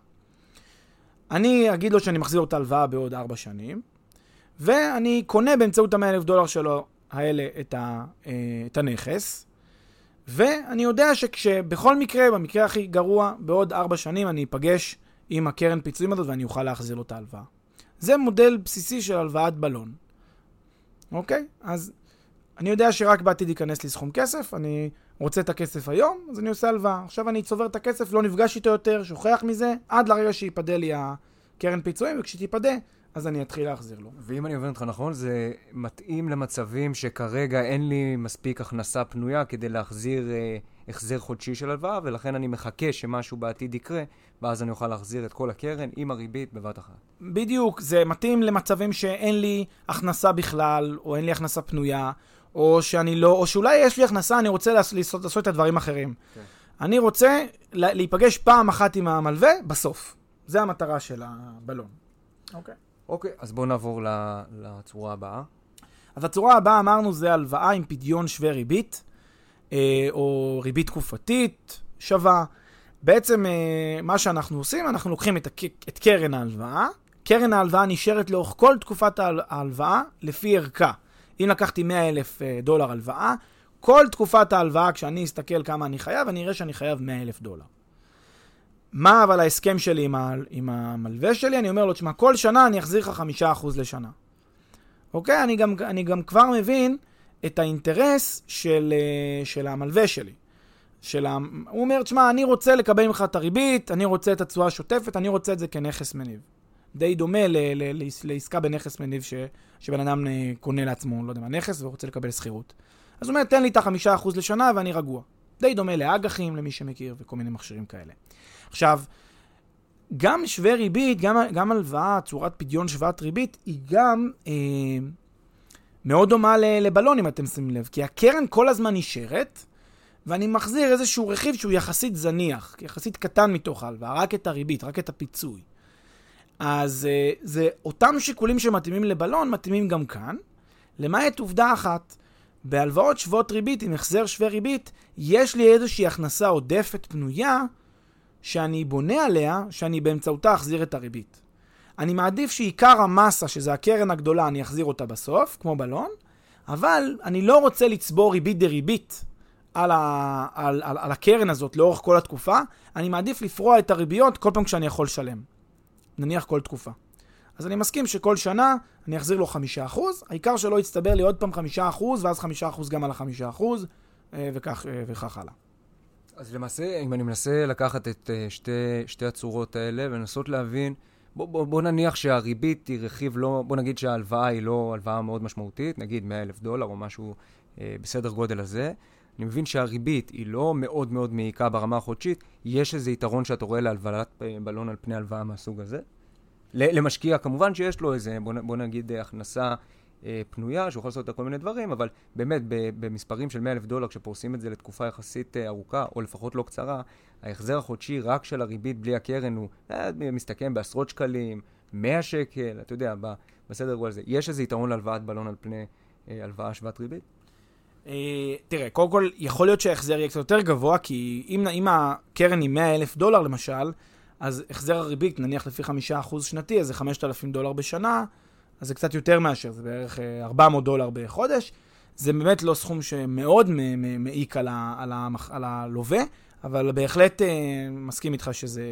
A: אני אגיד לו שאני מחזיר אותה הלוואה בעוד ארבע שנים, ואני קונה באמצעות ה-מאה אלף דולר שלו האלה את, ה, את הנכס, ואני יודע שכשבכל מקרה, במקרה הכי גרוע, בעוד ארבע שנים אני אפגש עם הקרן פיצויים הזאת ואני אוכל להחזיר לו את ההלוואה. זה מודל בסיסי של הלוואת בלון. אוקיי? אז אני יודע שרק בעתיד ייכנס לי סכום כסף, אני רוצה את הכסף היום, אז אני עושה הלוואה. עכשיו אני צובר את הכסף, לא נפגש איתו יותר, שוכח מזה, עד לרגע שיפדה לי הקרן פיצויים, וכשתיפדה, אז אני אתחיל להחזיר לו.
B: ואם אני עובר אותך נכון, זה מתאים למצבים שכרגע אין לי מספיק הכנסה פנויה כדי להחזיר אה, החזר חודשי של הלוואה, ולכן אני מחכה שמשהו בעתיד יקרה, ואז אני אוכל להחזיר את כל הקרן עם הריבית בבת אחת.
A: בדיוק, זה מתאים למצבים שאין לי הכנסה בכלל, או אין לי הכנסה פנויה, או שאני לא, או שאולי יש לי הכנסה, אני רוצה לעשות, לעשות את הדברים אחרים. Okay. אני רוצה להיפגש פעם אחת עם המלווה בסוף. זה המטרה של הבלון. אוקיי. Okay.
B: אוקיי, אז בואו נעבור לצורה הבאה.
A: אז הצורה הבאה אמרנו זה הלוואה עם פדיון שווה ריבית, או ריבית תקופתית שווה. בעצם מה שאנחנו עושים, אנחנו לוקחים את, את קרן ההלוואה. קרן ההלוואה נשארת לאורך כל תקופת ההלוואה לפי ערכה. אם לקחתי מאה אלף דולר הלוואה, כל תקופת ההלוואה, כשאני אסתכל כמה אני חייב, אני אראה שאני חייב מאה אלף דולר. מה אבל ההסכם שלי עם, ה, עם המלווה שלי? אני אומר לו, תשמע, כל שנה אני אחזיר לך חמישה אחוז לשנה. אוקיי? אני גם, אני גם כבר מבין את האינטרס של, של המלווה שלי. של ה... הוא אומר, תשמע, אני רוצה לקבל ממך את הריבית, אני רוצה את התשואה השוטפת, אני רוצה את זה כנכס מניב. די דומה ל, ל, ל, לעסקה בנכס מניב ש, שבן אדם קונה לעצמו, לא יודע מה, נכס ורוצה לקבל שכירות. אז הוא אומר, תן לי את החמישה אחוז לשנה ואני רגוע. די דומה לאג"חים, למי שמכיר, וכל מיני מכשירים כאלה. עכשיו, גם שווה ריבית, גם, גם הלוואה, צורת פדיון שוות ריבית, היא גם אה, מאוד דומה לבלון, אם אתם שמים לב. כי הקרן כל הזמן נשארת, ואני מחזיר איזשהו רכיב שהוא יחסית זניח, יחסית קטן מתוך ההלוואה, רק את הריבית, רק את הפיצוי. אז אה, זה אותם שיקולים שמתאימים לבלון, מתאימים גם כאן. למעט עובדה אחת, בהלוואות שוות ריבית, עם החזר שווה ריבית, יש לי איזושהי הכנסה עודפת פנויה, שאני בונה עליה, שאני באמצעותה אחזיר את הריבית. אני מעדיף שעיקר המסה, שזה הקרן הגדולה, אני אחזיר אותה בסוף, כמו בלון, אבל אני לא רוצה לצבור ריבית דריבית על, ה, על, על, על הקרן הזאת לאורך כל התקופה, אני מעדיף לפרוע את הריביות כל פעם כשאני יכול לשלם. נניח כל תקופה. אז אני מסכים שכל שנה אני אחזיר לו חמישה אחוז, העיקר שלא יצטבר לי עוד פעם חמישה אחוז, ואז חמישה אחוז גם על החמישה אחוז, וכך, וכך הלאה.
B: אז למעשה, אם אני מנסה לקחת את שתי, שתי הצורות האלה, ולנסות להבין, בוא, בוא, בוא נניח שהריבית היא רכיב לא, בוא נגיד שההלוואה היא לא הלוואה מאוד משמעותית, נגיד מאה אלף דולר או משהו אה, בסדר גודל הזה, אני מבין שהריבית היא לא מאוד מאוד מעיקה ברמה החודשית, יש איזה יתרון שאתה רואה להלוואת בלון על פני הלוואה מהסוג הזה? למשקיע, כמובן שיש לו איזה, בוא, בוא נגיד, הכנסה אה, פנויה, שהוא יכול לעשות את כל מיני דברים, אבל באמת, במספרים של מאה אלף דולר, כשפורסים את זה לתקופה יחסית אה, ארוכה, או לפחות לא קצרה, ההחזר החודשי רק של הריבית בלי הקרן הוא אה, מסתכם בעשרות שקלים, מאה שקל, אתה יודע, בסדר גודל הזה. יש איזה יתרון להלוואת בלון על פני אה, הלוואה שוות ריבית?
A: אה, תראה, קודם כל, יכול להיות שההחזר יהיה קצת יותר גבוה, כי אם, אם הקרן היא מאה אלף דולר למשל, אז החזר הריבית, נניח לפי חמישה אחוז שנתי, אז זה חמשת אלפים דולר בשנה, אז זה קצת יותר מאשר, זה בערך ארבע מאות דולר בחודש. זה באמת לא סכום שמאוד מעיק על, ה, על, ה, על הלווה, אבל בהחלט אה, מסכים איתך שזה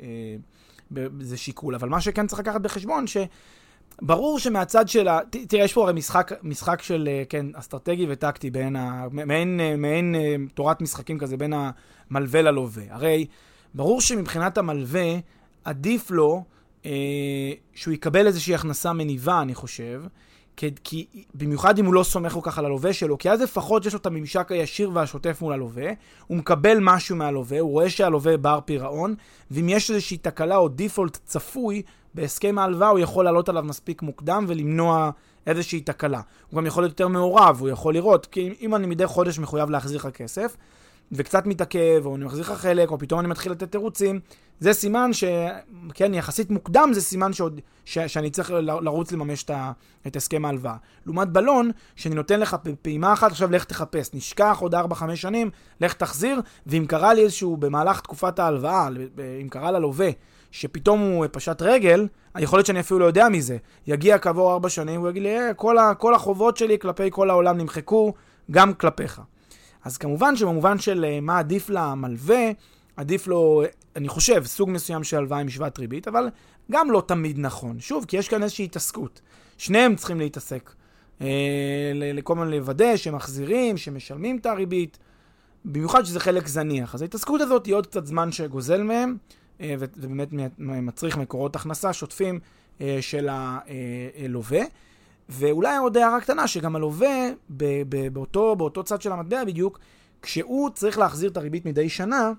A: אה, זה שיקול. אבל מה שכן צריך לקחת בחשבון, שברור שמהצד של ה... תראה, יש פה הרי משחק, משחק של, כן, אסטרטגי וטקטי, בין ה, מעין, מעין תורת משחקים כזה, בין המלווה ללווה. הרי ברור שמבחינת המלווה, עדיף לו אה, שהוא יקבל איזושהי הכנסה מניבה, אני חושב, כי, כי במיוחד אם הוא לא סומך כל כך על הלווה שלו, כי אז לפחות יש לו את הממשק הישיר והשוטף מול הלווה, הוא מקבל משהו מהלווה, הוא רואה שהלווה בר פירעון, ואם יש איזושהי תקלה או דיפולט צפוי בהסכם ההלוואה, הוא יכול לעלות עליו מספיק מוקדם ולמנוע איזושהי תקלה. הוא גם יכול להיות יותר מעורב, הוא יכול לראות, כי אם אני מדי חודש מחויב להחזיר לך כסף, וקצת מתעכב, או אני מחזיר לך חלק, או פתאום אני מתחיל לתת תירוצים, זה סימן ש... כן, יחסית מוקדם, זה סימן שעוד... ש... שאני צריך לרוץ לממש את, ה... את הסכם ההלוואה. לעומת בלון, שאני נותן לך פעימה אחת, עכשיו לך תחפש, נשכח עוד ארבע חמש שנים, לך תחזיר, ואם קרה לי איזשהו, במהלך תקופת ההלוואה, אם קרה ללווה, שפתאום הוא פשט רגל, יכול להיות שאני אפילו לא יודע מזה. יגיע כעבור ארבע שנים, הוא יגיד לי, כל, ה... כל החובות שלי כלפי כל העולם נמחקו, גם כלפיך. אז כמובן שבמובן של מה עדיף למלווה, עדיף לו, אני חושב, סוג מסוים של הלוואה עם שוות ריבית, אבל גם לא תמיד נכון. שוב, כי יש כאן איזושהי התעסקות. שניהם צריכים להתעסק. אה, לכל מיני לוודא שמחזירים, שמשלמים את הריבית, במיוחד שזה חלק זניח. אז ההתעסקות הזאת היא עוד קצת זמן שגוזל מהם, אה, ובאמת מצריך מקורות הכנסה שוטפים אה, של הלווה. ואולי עוד הערה קטנה, שגם הלווה, באותו, באותו צד של המטבע בדיוק, כשהוא צריך להחזיר את הריבית מדי שנה,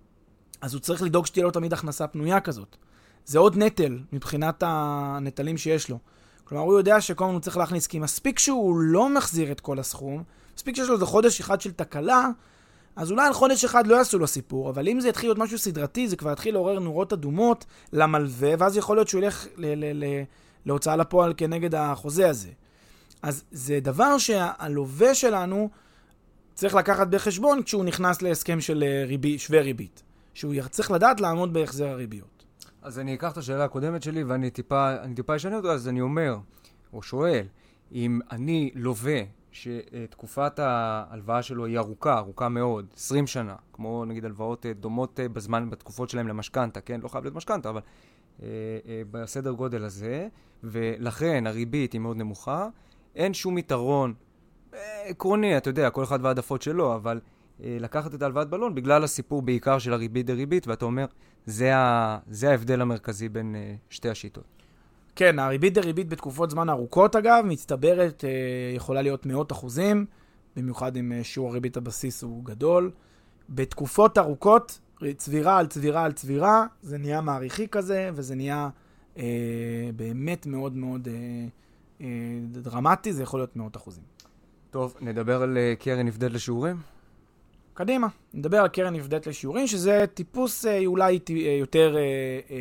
A: אז הוא צריך לדאוג שתהיה לו תמיד הכנסה פנויה כזאת. זה עוד נטל מבחינת הנטלים שיש לו. כלומר, הוא יודע שכל הוא צריך להכניס, כי מספיק שהוא לא מחזיר את כל הסכום, מספיק שיש לו איזה חודש אחד של תקלה, אז אולי על חודש אחד לא יעשו לו סיפור, אבל אם זה יתחיל להיות משהו סדרתי, זה כבר יתחיל לעורר נורות אדומות למלווה, ואז יכול להיות שהוא ילך ל- ל- ל- להוצאה לפועל כנגד החוזה הזה. אז זה דבר שהלווה שלנו צריך לקחת בחשבון כשהוא נכנס להסכם של ריבית, שווה ריבית. שהוא צריך לדעת לעמוד בהחזר הריביות.
B: אז אני אקח את השאלה הקודמת שלי ואני טיפה, אני טיפה אשנה אותו, אז אני אומר, או שואל, אם אני לווה שתקופת ההלוואה שלו היא ארוכה, ארוכה מאוד, עשרים שנה, כמו נגיד הלוואות דומות בזמן, בתקופות שלהם למשכנתה, כן? לא חייב להיות משכנתה, אבל אה, אה, בסדר גודל הזה, ולכן הריבית היא מאוד נמוכה, אין שום יתרון עקרוני, אתה יודע, כל אחד והעדפות שלו, אבל אה, לקחת את הלוואת בלון בגלל הסיפור בעיקר של הריבית דריבית, ואתה אומר, זה, ה, זה ההבדל המרכזי בין אה, שתי השיטות.
A: כן, הריבית דריבית בתקופות זמן ארוכות, אגב, מצטברת, אה, יכולה להיות מאות אחוזים, במיוחד אם אה, שיעור הריבית הבסיס הוא גדול. בתקופות ארוכות, צבירה על צבירה על צבירה, זה נהיה מעריכי כזה, וזה נהיה אה, באמת מאוד מאוד אה, אה, דרמטי, זה יכול להיות מאות אחוזים.
B: טוב, נדבר על uh, קרן נפדית לשיעורים?
A: קדימה, נדבר על קרן נפדית לשיעורים, שזה טיפוס אה, אולי אה, יותר, אה, אה,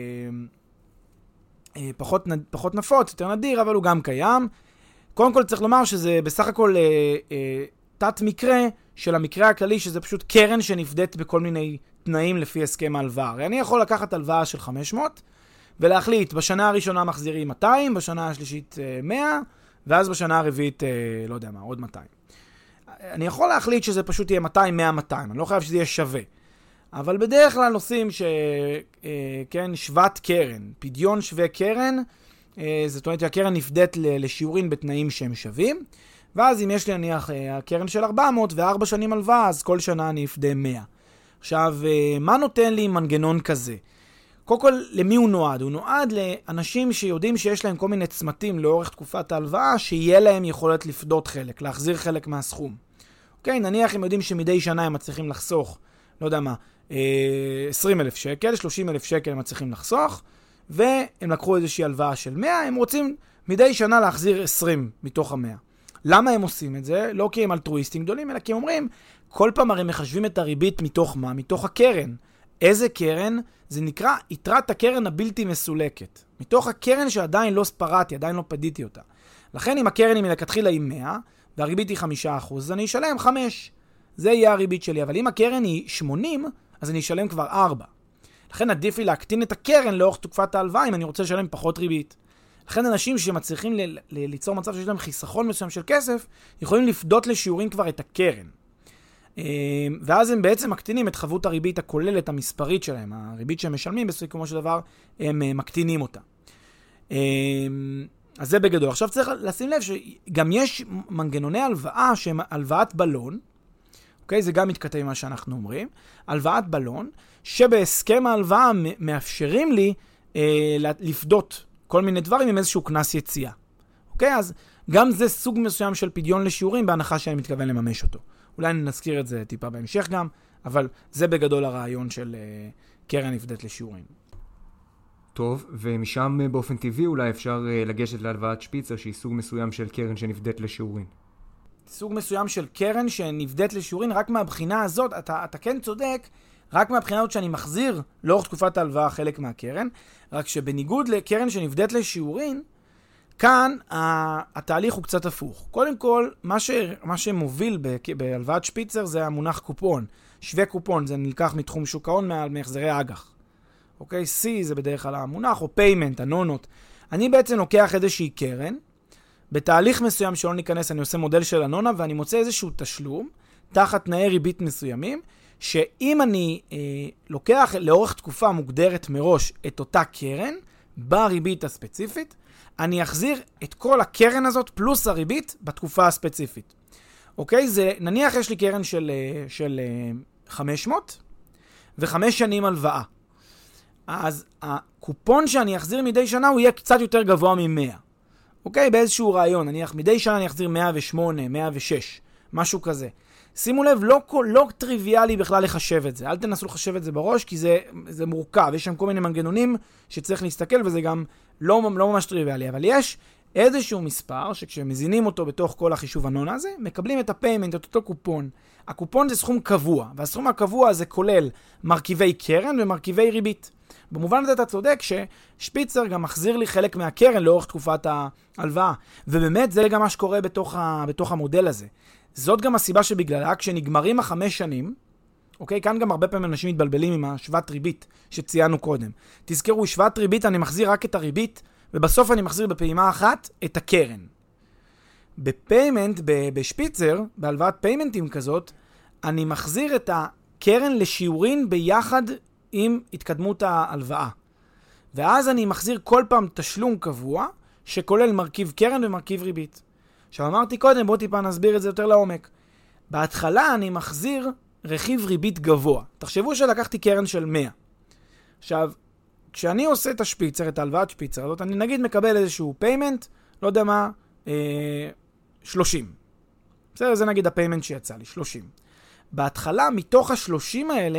A: אה, פחות, פחות נפוץ, יותר נדיר, אבל הוא גם קיים. קודם כל צריך לומר שזה בסך הכל אה, אה, תת מקרה של המקרה הכללי, שזה פשוט קרן שנפדית בכל מיני תנאים לפי הסכם ההלוואה. הרי אני יכול לקחת הלוואה של חמש מאות, ולהחליט, בשנה הראשונה מחזירים מאתיים, בשנה השלישית אה, מאה, ואז בשנה הרביעית, אה, לא יודע מה, עוד מאתיים. אני יכול להחליט שזה פשוט יהיה מאתיים, מאה, מאתיים. אני לא חייב שזה יהיה שווה. אבל בדרך כלל עושים ש... אה, כן, שוות קרן, פדיון שווה קרן, אה, זאת אומרת שהקרן נפדית לשיעורין בתנאים שהם שווים, ואז אם יש לי נניח הקרן של ארבע מאות וארבע שנים הלוואה, אז כל שנה אני אפדה מאה. עכשיו, אה, מה נותן לי מנגנון כזה? קודם כל, למי הוא נועד? הוא נועד לאנשים שיודעים שיש להם כל מיני צמתים לאורך תקופת ההלוואה, שיהיה להם יכולת לפדות חלק, להחזיר חלק מהסכום. אוקיי, נניח הם יודעים שמדי שנה הם מצליחים לחסוך, לא יודע מה, עשרים אלף שקל, שלושים אלף שקל הם מצליחים לחסוך, והם לקחו איזושהי הלוואה של מאה, הם רוצים מדי שנה להחזיר עשרים מתוך ה-מאה. למה הם עושים את זה? לא כי הם אלטרואיסטים גדולים, אלא כי הם אומרים, כל פעם הרי מחשבים את הריבית מתוך מה? מתוך הקרן. איזה קרן? זה נקרא יתרת הקרן הבלתי מסולקת. מתוך הקרן שעדיין לא ספרתי, עדיין לא פדיתי אותה. לכן אם הקרן היא מלכתחילה עם מאה, והריבית היא חמישה אחוז, אז אני אשלם חמש. זה יהיה הריבית שלי. אבל אם הקרן היא שמונים, אז אני אשלם כבר ארבע. לכן עדיף לי להקטין את הקרן לאורך תקופת ההלוואה, אם אני רוצה לשלם פחות ריבית. לכן אנשים שמצליחים ל- ל- ליצור מצב שיש להם חיסכון מסוים של כסף, יכולים לפדות לשיעורים כבר את הקרן. ואז הם בעצם מקטינים את חבות הריבית הכוללת המספרית שלהם. הריבית שהם משלמים בסיכומו של דבר, הם מקטינים אותה. אז זה בגדול. עכשיו צריך לשים לב שגם יש מנגנוני הלוואה שהם הלוואת בלון, אוקיי? זה גם מתכתב עם מה שאנחנו אומרים. הלוואת בלון, שבהסכם ההלוואה מאפשרים לי אה, לפדות כל מיני דברים עם איזשהו כנס יציאה. אוקיי? אז גם זה סוג מסוים של פדיון לשיעורים, בהנחה שאני מתכוון לממש אותו. אולי נזכיר את זה טיפה בהמשך גם, אבל זה בגדול הרעיון של uh, קרן נפדית לשיעורים.
B: טוב, ומשם באופן טבעי אולי אפשר uh, לגשת להלוואת שפיצר, שהיא סוג מסוים של קרן שנפדית לשיעורים.
A: סוג מסוים של קרן שנפדית לשיעורים, רק מהבחינה הזאת, אתה, אתה כן צודק, רק מהבחינה הזאת שאני מחזיר לאורך תקופת ההלוואה חלק מהקרן, רק שבניגוד לקרן שנפדית לשיעורים, כאן התהליך הוא קצת הפוך. קודם כל, מה, ש, מה שמוביל בהלוואת שפיצר זה המונח קופון. שווה קופון, זה נלקח מתחום שוק ההון מהחזרי אג"ח. אוקיי? C זה בדרך כלל המונח, או פיימנט, הנונות. אני בעצם לוקח איזושהי קרן, בתהליך מסוים שלא ניכנס, אני עושה מודל של הנונה, ואני מוצא איזשהו תשלום, תחת תנאי ריבית מסוימים, שאם אני אה, לוקח לאורך תקופה מוגדרת מראש את אותה קרן, בריבית הספציפית, אני אחזיר את כל הקרן הזאת פלוס הריבית בתקופה הספציפית. אוקיי? זה, נניח יש לי קרן של, של חמש מאות וחמש שנים הלוואה. אז הקופון שאני אחזיר מדי שנה הוא יהיה קצת יותר גבוה מ-מאה. אוקיי? באיזשהו רעיון. נניח מדי שנה אני אחזיר מאה ושמונה, מאה ושש, משהו כזה. שימו לב, לא, לא טריוויאלי בכלל לחשב את זה. אל תנסו לחשב את זה בראש, כי זה, זה מורכב. יש שם כל מיני מנגנונים שצריך להסתכל, וזה גם לא, לא ממש טריוויאלי. אבל יש איזשהו מספר, שכשמזינים אותו בתוך כל החישוב הנונה הזה, מקבלים את הפיימנט, את אותו קופון. הקופון זה סכום קבוע, והסכום הקבוע הזה כולל מרכיבי קרן ומרכיבי ריבית. במובן הזה אתה צודק ששפיצר גם מחזיר לי חלק מהקרן לאורך תקופת ההלוואה. ובאמת זה גם מה שקורה בתוך, ה, בתוך המודל הזה. זאת גם הסיבה שבגללה, כשנגמרים החמש שנים, אוקיי, כאן גם הרבה פעמים אנשים מתבלבלים עם השוואת ריבית שציינו קודם. תזכרו, שוואת ריבית אני מחזיר רק את הריבית, ובסוף אני מחזיר בפעימה אחת את הקרן. בפיימנט, בשפיצר, בהלוואת פיימנטים כזאת, אני מחזיר את הקרן לשיעורין ביחד עם התקדמות ההלוואה. ואז אני מחזיר כל פעם תשלום קבוע, שכולל מרכיב קרן ומרכיב ריבית. עכשיו אמרתי קודם, בוא טיפה נסביר את זה יותר לעומק. בהתחלה אני מחזיר רכיב ריבית גבוה. תחשבו שלקחתי קרן של מאה. עכשיו, כשאני עושה את השפיצר, את ההלוואת שפיצר הזאת, אני נגיד מקבל איזשהו פיימנט, לא יודע מה, אה, שלושים. בסדר, זה נגיד הפיימנט שיצא לי, שלושים. בהתחלה, מתוך ה-שלושים האלה,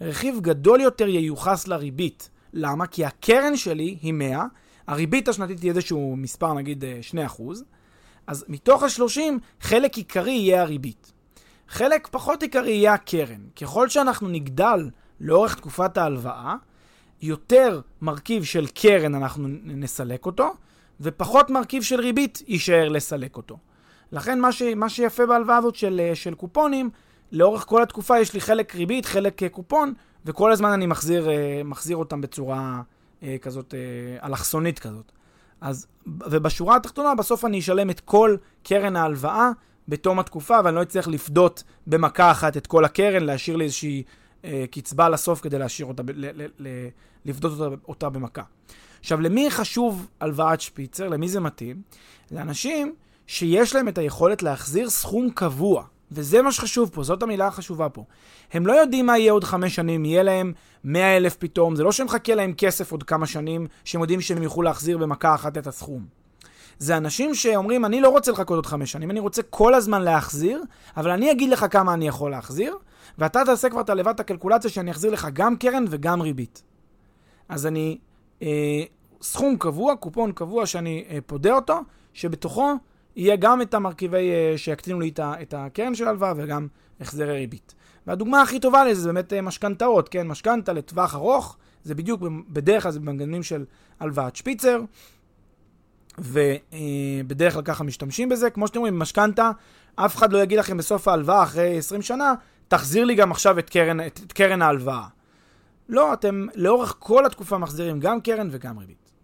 A: רכיב גדול יותר ייוחס לריבית. למה? כי הקרן שלי היא מאה, הריבית השנתית היא איזשהו מספר, נגיד שני אחוז, אז מתוך ה-שלושים, חלק עיקרי יהיה הריבית. חלק פחות עיקרי יהיה הקרן. ככל שאנחנו נגדל לאורך תקופת ההלוואה, יותר מרכיב של קרן אנחנו נסלק אותו, ופחות מרכיב של ריבית יישאר לסלק אותו. לכן מה, ש, מה שיפה בהלוואה הזאת של, של קופונים, לאורך כל התקופה יש לי חלק ריבית, חלק קופון, וכל הזמן אני מחזיר, מחזיר אותם בצורה כזאת, אלכסונית כזאת. אז, ובשורה התחתונה, בסוף אני אשלם את כל קרן ההלוואה בתום התקופה, ואני לא אצטרך לפדות במכה אחת את כל הקרן, להשאיר לי איזושהי אה, קצבה לסוף כדי להשאיר אותה, ל, ל, ל, לפדות אותה, אותה במכה. עכשיו, למי חשוב הלוואת שפיצר? למי זה מתאים? לאנשים שיש להם את היכולת להחזיר סכום קבוע. וזה מה שחשוב פה, זאת המילה החשובה פה. הם לא יודעים מה יהיה עוד חמש שנים, יהיה להם מאה אלף פתאום, זה לא שמחכה להם כסף עוד כמה שנים, שהם יודעים שהם יוכלו להחזיר במכה אחת את הסכום. זה אנשים שאומרים, אני לא רוצה לחכות עוד חמש שנים, אני רוצה כל הזמן להחזיר, אבל אני אגיד לך כמה אני יכול להחזיר, ואתה תעשה כבר את הלבד הקלקולציה שאני אחזיר לך גם קרן וגם ריבית. אז אני, אה, סכום קבוע, קופון קבוע שאני אה, פודה אותו, שבתוכו יהיה גם את המרכיבי אה, שיקטינו לי את הקרן של הלוואה וגם החזרי ריבית. והדוגמה הכי טובה לזה זה באמת אה, משכנתאות, כן? משכנתה לטווח ארוך, זה בדיוק בדרך כלל זה במנגנונים של הלוואת שפיצר, ובדרך כלל ככה משתמשים בזה. כמו שאתם אומרים, משכנתה, אף אחד לא יגיד לכם בסוף ההלוואה אחרי עשרים שנה, תחזיר לי גם עכשיו את קרן, את, את קרן ההלוואה. לא, אתם לאורך כל התקופה מחזירים גם קרן וגם ריבית.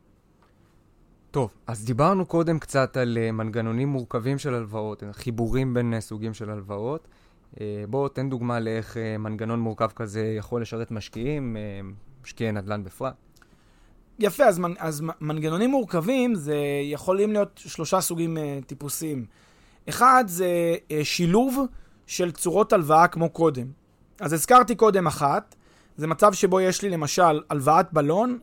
B: טוב, אז דיברנו קודם קצת על מנגנונים מורכבים של הלוואות, חיבורים בין סוגים של הלוואות. בואו תן דוגמה לאיך מנגנון מורכב כזה יכול לשרת משקיעים, משקיעי נדל"ן בפרט.
A: יפה, אז, מנ, אז מנגנונים מורכבים זה יכולים להיות שלושה סוגים uh, טיפוסיים. אחד זה uh, שילוב של צורות הלוואה כמו קודם. אז הזכרתי קודם אחת, זה מצב שבו יש לי למשל הלוואת בלון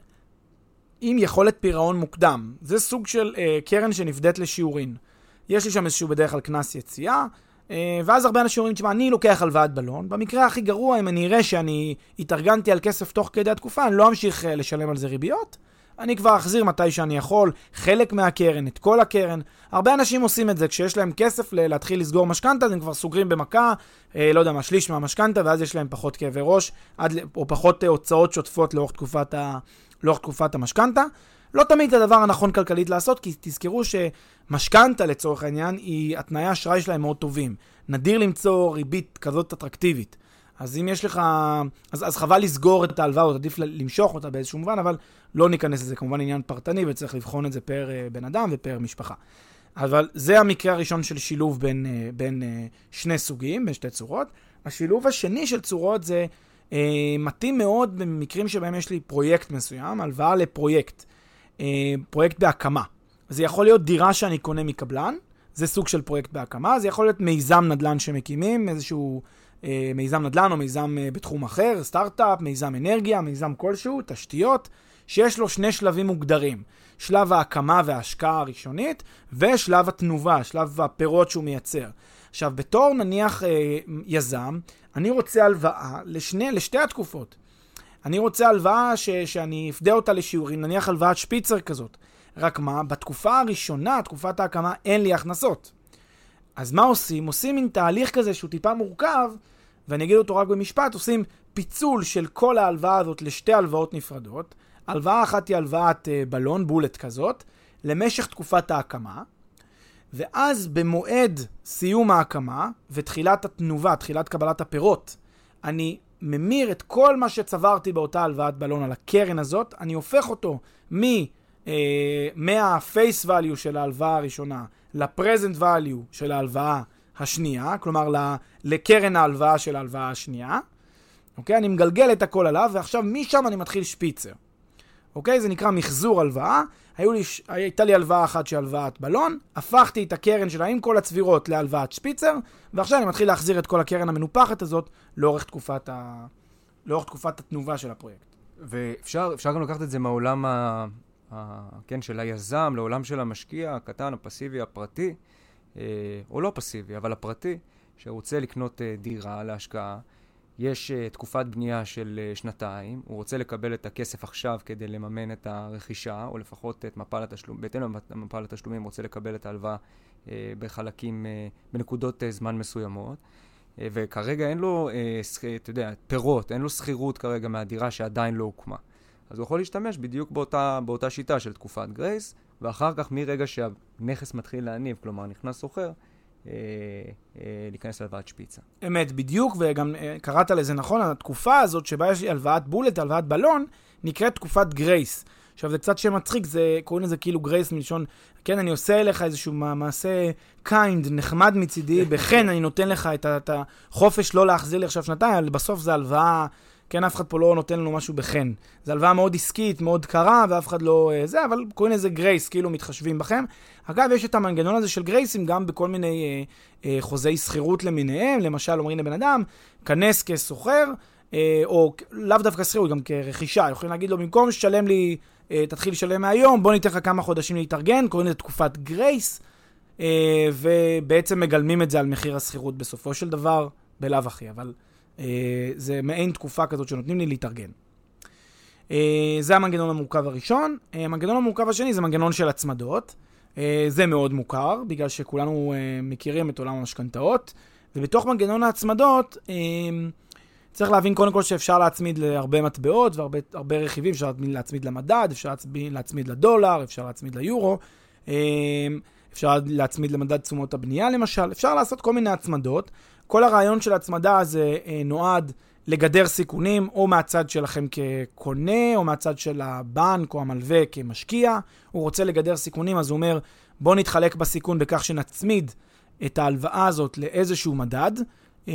A: עם יכולת פירעון מוקדם. זה סוג של uh, קרן שנפדית לשיעורין. יש לי שם איזשהו בדרך כלל כנס יציאה, uh, ואז הרבה אנשים אומרים, תשמע, אני לוקח הלוואת בלון. במקרה הכי גרוע, אם אני אראה שאני התארגנתי על כסף תוך כדי התקופה, אני לא אמשיך uh, לשלם על זה ריביות. אני כבר אחזיר מתי שאני יכול, חלק מהקרן, את כל הקרן. הרבה אנשים עושים את זה, כשיש להם כסף להתחיל לסגור משכנתה, הם כבר סוגרים במכה, אה, לא יודע מה, שליש מהמשכנתה, ואז יש להם פחות כאבי ראש, עד, או פחות אה, הוצאות שוטפות לאורך תקופת, ה, לאורך תקופת המשכנתה. לא תמיד זה הדבר הנכון כלכלית לעשות, כי תזכרו שמשכנתה לצורך העניין, היא, התנאי האשראי שלהם מאוד טובים. נדיר למצוא ריבית כזאת אטרקטיבית. אז אם יש לך, אז, אז חבל לסגור את ההלוואה, או עדיף למשוך אותה באיזשהו מובן, אבל לא ניכנס לזה, כמובן עניין פרטני, וצריך לבחון את זה פר בן אדם ופר משפחה. אבל זה המקרה הראשון של שילוב בין, בין שני סוגים, בין שתי צורות. השילוב השני של צורות זה אה, מתאים מאוד במקרים שבהם יש לי פרויקט מסוים, הלוואה לפרויקט, אה, פרויקט בהקמה. זה יכול להיות דירה שאני קונה מקבלן, זה סוג של פרויקט בהקמה, זה יכול להיות מיזם נדל"ן שמקימים, איזשהו אה, מיזם נדל"ן או מיזם אה, בתחום אחר, סטארט-אפ, מיזם אנרגיה, מיזם כלשהו, תשתיות, שיש לו שני שלבים מוגדרים. שלב ההקמה וההשקעה הראשונית, ושלב התנובה, שלב הפירות שהוא מייצר. עכשיו, בתור נניח אה, יזם, אני רוצה הלוואה לשני, לשתי התקופות. אני רוצה הלוואה ש, שאני אפדה אותה לשיעורים, נניח הלוואת שפיצר כזאת. רק מה, בתקופה הראשונה, תקופת ההקמה, אין לי הכנסות. אז מה עושים? עושים מין תהליך כזה שהוא טיפה מורכב, ואני אגיד אותו רק במשפט, עושים פיצול של כל ההלוואה הזאת לשתי הלוואות נפרדות. הלוואה אחת היא הלוואת בלון, בולט כזאת, למשך תקופת ההקמה, ואז במועד סיום ההקמה ותחילת התנובה, תחילת קבלת הפירות, אני ממיר את כל מה שצברתי באותה הלוואת בלון על הקרן הזאת, אני הופך אותו מ, אה, מה-face value של ההלוואה הראשונה ל-present value של ההלוואה השנייה, כלומר לקרן ההלוואה של ההלוואה השנייה, אוקיי? אני מגלגל את הכל עליו, ועכשיו משם אני מתחיל שפיצר. אוקיי? זה נקרא מחזור הלוואה. היו לי, הייתה לי הלוואה אחת של הלוואת בלון, הפכתי את הקרן שלה עם כל הצבירות להלוואת שפיצר, ועכשיו אני מתחיל להחזיר את כל הקרן המנופחת הזאת לאורך תקופת, ה... לאורך תקופת התנובה של הפרויקט.
B: ואפשר אפשר גם לקחת את זה מהעולם ה... ה... כן, של היזם, לעולם של המשקיע, הקטן, הפסיבי, הפרטי, אה, או לא פסיבי, אבל הפרטי, שרוצה לקנות אה, דירה להשקעה, יש uh, תקופת בנייה של uh, שנתיים, הוא רוצה לקבל את הכסף עכשיו כדי לממן את הרכישה, או לפחות את מפל התשלום, בהתאם למפל התשלומים הוא רוצה לקבל את ההלוואה uh, בחלקים, uh, בנקודות uh, זמן מסוימות, uh, וכרגע אין לו, uh, אתה יודע, פירות, אין לו שכירות כרגע מהדירה שעדיין לא הוקמה. אז הוא יכול להשתמש בדיוק באותה, באותה שיטה של תקופת גרייס, ואחר כך מרגע שהנכס מתחיל להניב, כלומר נכנס סוחר, אה, אה, להיכנס להלוואת שפיצה.
A: אמת, בדיוק, וגם אה, קראת לזה נכון, התקופה הזאת שבה יש לי הלוואת בולט, הלוואת בלון, נקראת תקופת גרייס. עכשיו זה קצת שם מצחיק, זה, קוראים לזה כאילו גרייס מלשון, כן, אני עושה אליך איזשהו מעשה קיינד, נחמד מצידי, בכן אני נותן לך את, את החופש לא להחזיר לי עכשיו שנתיים, אבל בסוף זה הלוואה, כן, אף אחד פה לא נותן לנו משהו בכן. זו הלוואה מאוד עסקית, מאוד קרה, ואף אחד לא זה, אבל קוראים לזה גרייס, כאילו מתחשבים בכם. אגב, יש את המנגנון הזה של גרייסים גם בכל מיני אה, אה, חוזי סחירות למיניהם, למשל, אומרים לבן אדם, כנס כסוחר, אה, או לאו דווקא סחירות, גם כרכישה. יכולים להגיד לו, במקום ששלם לי, אה, תתחיל לשלם מהיום, בוא ניתן לך כמה חודשים להתארגן, קוראים לזה תקופת גרייס, אה, ובעצם מגלמים את זה על מחיר הסחירות בסופו של דבר, בלאו הכי, אבל Uh, זה מעין תקופה כזאת שנותנים לי להתארגן. Uh, זה המנגנון המורכב הראשון. Uh, המנגנון המורכב השני זה מנגנון של הצמדות. Uh, זה מאוד מוכר, בגלל שכולנו uh, מכירים את עולם המשכנתאות. ובתוך מנגנון ההצמדות, uh, צריך להבין קודם כל שאפשר להצמיד להרבה מטבעות והרבה הרבה רכיבים. אפשר להצמיד למדד, אפשר להצמיד, להצמיד לדולר, אפשר להצמיד ליורו, uh, אפשר להצמיד למדד תשומות הבנייה למשל. אפשר לעשות כל מיני הצמדות. כל הרעיון של הצמדה הזה אה, נועד לגדר סיכונים, או מהצד שלכם כקונה, או מהצד של הבנק או המלווה כמשקיע. הוא רוצה לגדר סיכונים, אז הוא אומר, בוא נתחלק בסיכון בכך שנצמיד את ההלוואה הזאת לאיזשהו מדד, אה,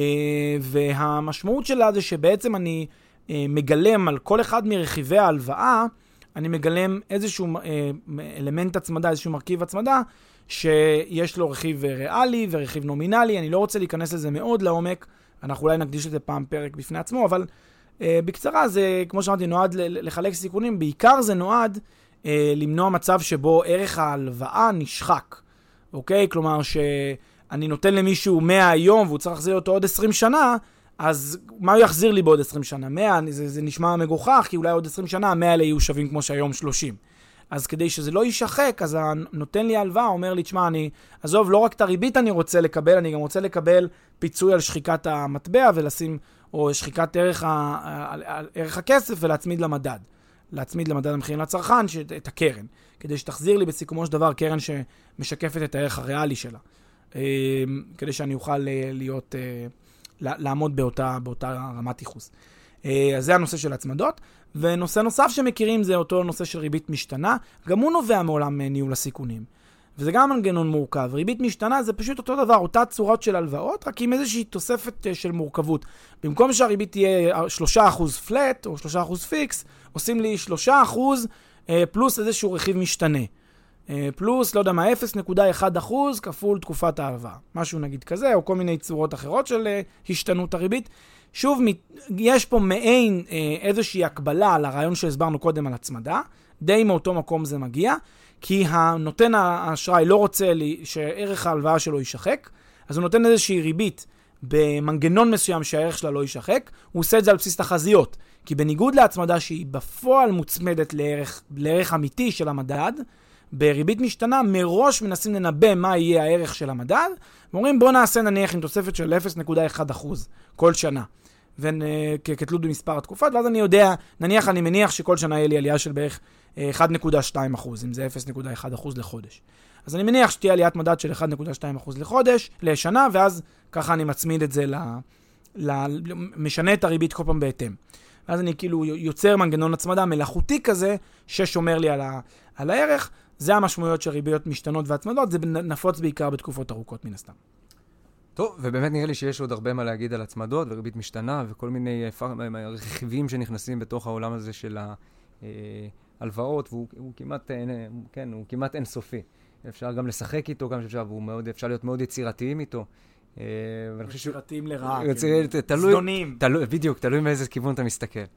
A: והמשמעות שלה זה שבעצם אני אה, מגלם על כל אחד מרכיבי ההלוואה, אני מגלם איזשהו אה, אלמנט הצמדה, איזשהו מרכיב הצמדה, שיש לו רכיב ריאלי ורכיב נומינלי. אני לא רוצה להיכנס לזה מאוד לעומק, אנחנו אולי נקדיש לזה פעם פרק בפני עצמו, אבל אה, בקצרה זה, כמו שאמרתי, נועד לחלק סיכונים, בעיקר זה נועד אה, למנוע מצב שבו ערך ההלוואה נשחק, אוקיי? כלומר שאני נותן למישהו מאה היום והוא צריך להחזיר אותו עוד עשרים שנה, אז מה הוא יחזיר לי בעוד עשרים שנה? מאה, זה, זה נשמע מגוחך, כי אולי עוד עשרים שנה, מאה אלה יהיו שווים כמו שהיום שלושים. אז כדי שזה לא יישחק, אז נותן לי הלוואה, אומר לי, תשמע, אני, עזוב, לא רק את הריבית אני רוצה לקבל, אני גם רוצה לקבל פיצוי על שחיקת המטבע ולשים, או שחיקת ערך, ה, ערך הכסף ולהצמיד למדד. להצמיד למדד המחירים לצרכן, את הקרן. כדי שתחזיר לי בסיכומו של דבר קרן שמשקפת את הערך הריאלי שלה. כדי שאני אוכל להיות, לעמוד באותה, באותה רמת ייחוס. אז זה הנושא של הצמדות. ונושא נוסף שמכירים זה אותו נושא של ריבית משתנה, גם הוא נובע מעולם ניהול הסיכונים. וזה גם מנגנון מורכב. ריבית משתנה זה פשוט אותו דבר, אותה צורות של הלוואות, רק עם איזושהי תוספת של מורכבות. במקום שהריבית תהיה שלושה אחוז פלט או שלושה אחוז פיקס, עושים לי שלושה אחוז פלוס איזשהו רכיב משתנה. פלוס, לא יודע מה, אפס נקודה אחת אחוז כפול תקופת ההלוואה. משהו נגיד כזה, או כל מיני צורות אחרות של השתנות הריבית. שוב, יש פה מעין איזושהי הקבלה על הרעיון שהסברנו קודם על הצמדה, די מאותו מקום זה מגיע, כי הנותן האשראי לא רוצה לי שערך ההלוואה שלו יישחק, אז הוא נותן איזושהי ריבית במנגנון מסוים שהערך שלה לא יישחק, הוא עושה את זה על בסיס תחזיות, כי בניגוד להצמדה שהיא בפועל מוצמדת לערך, לערך אמיתי של המדד, בריבית משתנה מראש מנסים לנבא מה יהיה הערך של המדד, ואומרים בוא נעשה נניח עם תוספת של אפס נקודה אחת אחוז כל שנה, וכתלות במספר התקופות, ואז אני יודע, נניח אני מניח שכל שנה יהיה לי עלייה של בערך אחת נקודה שתיים אחוז, אם זה אפס נקודה אחת אחוז לחודש. אז אני מניח שתהיה עליית מדד של אחת נקודה שתיים אחוז לחודש, לשנה, ואז ככה אני מצמיד את זה, ל, ל, משנה את הריבית כל פעם בהתאם. ואז אני כאילו יוצר מנגנון הצמדה מלאכותי כזה, ששומר לי על, ה, על הערך. זה המשמעויות של ריביות משתנות והצמדות, זה נפוץ בעיקר בתקופות ארוכות מן הסתם.
B: טוב, ובאמת נראה לי שיש עוד הרבה מה להגיד על הצמדות וריבית משתנה וכל מיני רכיבים שנכנסים בתוך העולם הזה של ההלוואות, והוא הוא כמעט, כן, הוא כמעט אינסופי. אפשר גם לשחק איתו, גם שאפשר, והוא מאוד, אפשר להיות מאוד יצירתיים איתו.
A: יצירתיים לרעה,
B: זדונים. בדיוק, תלוי מאיזה כיוון אתה מסתכל.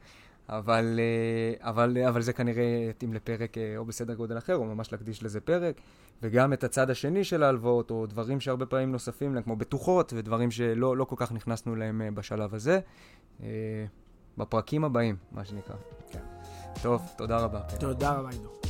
B: אבל, אבל, אבל זה כנראה יתאים לפרק או בסדר גודל אחר, או ממש להקדיש לזה פרק, וגם את הצד השני של ההלוואות, או דברים שהרבה פעמים נוספים להם, כמו בטוחות, ודברים שלא לא כל כך נכנסנו להם בשלב הזה, בפרקים הבאים, מה שנקרא.
A: כן.
B: טוב, תודה רבה.
A: תודה רבה, עידו.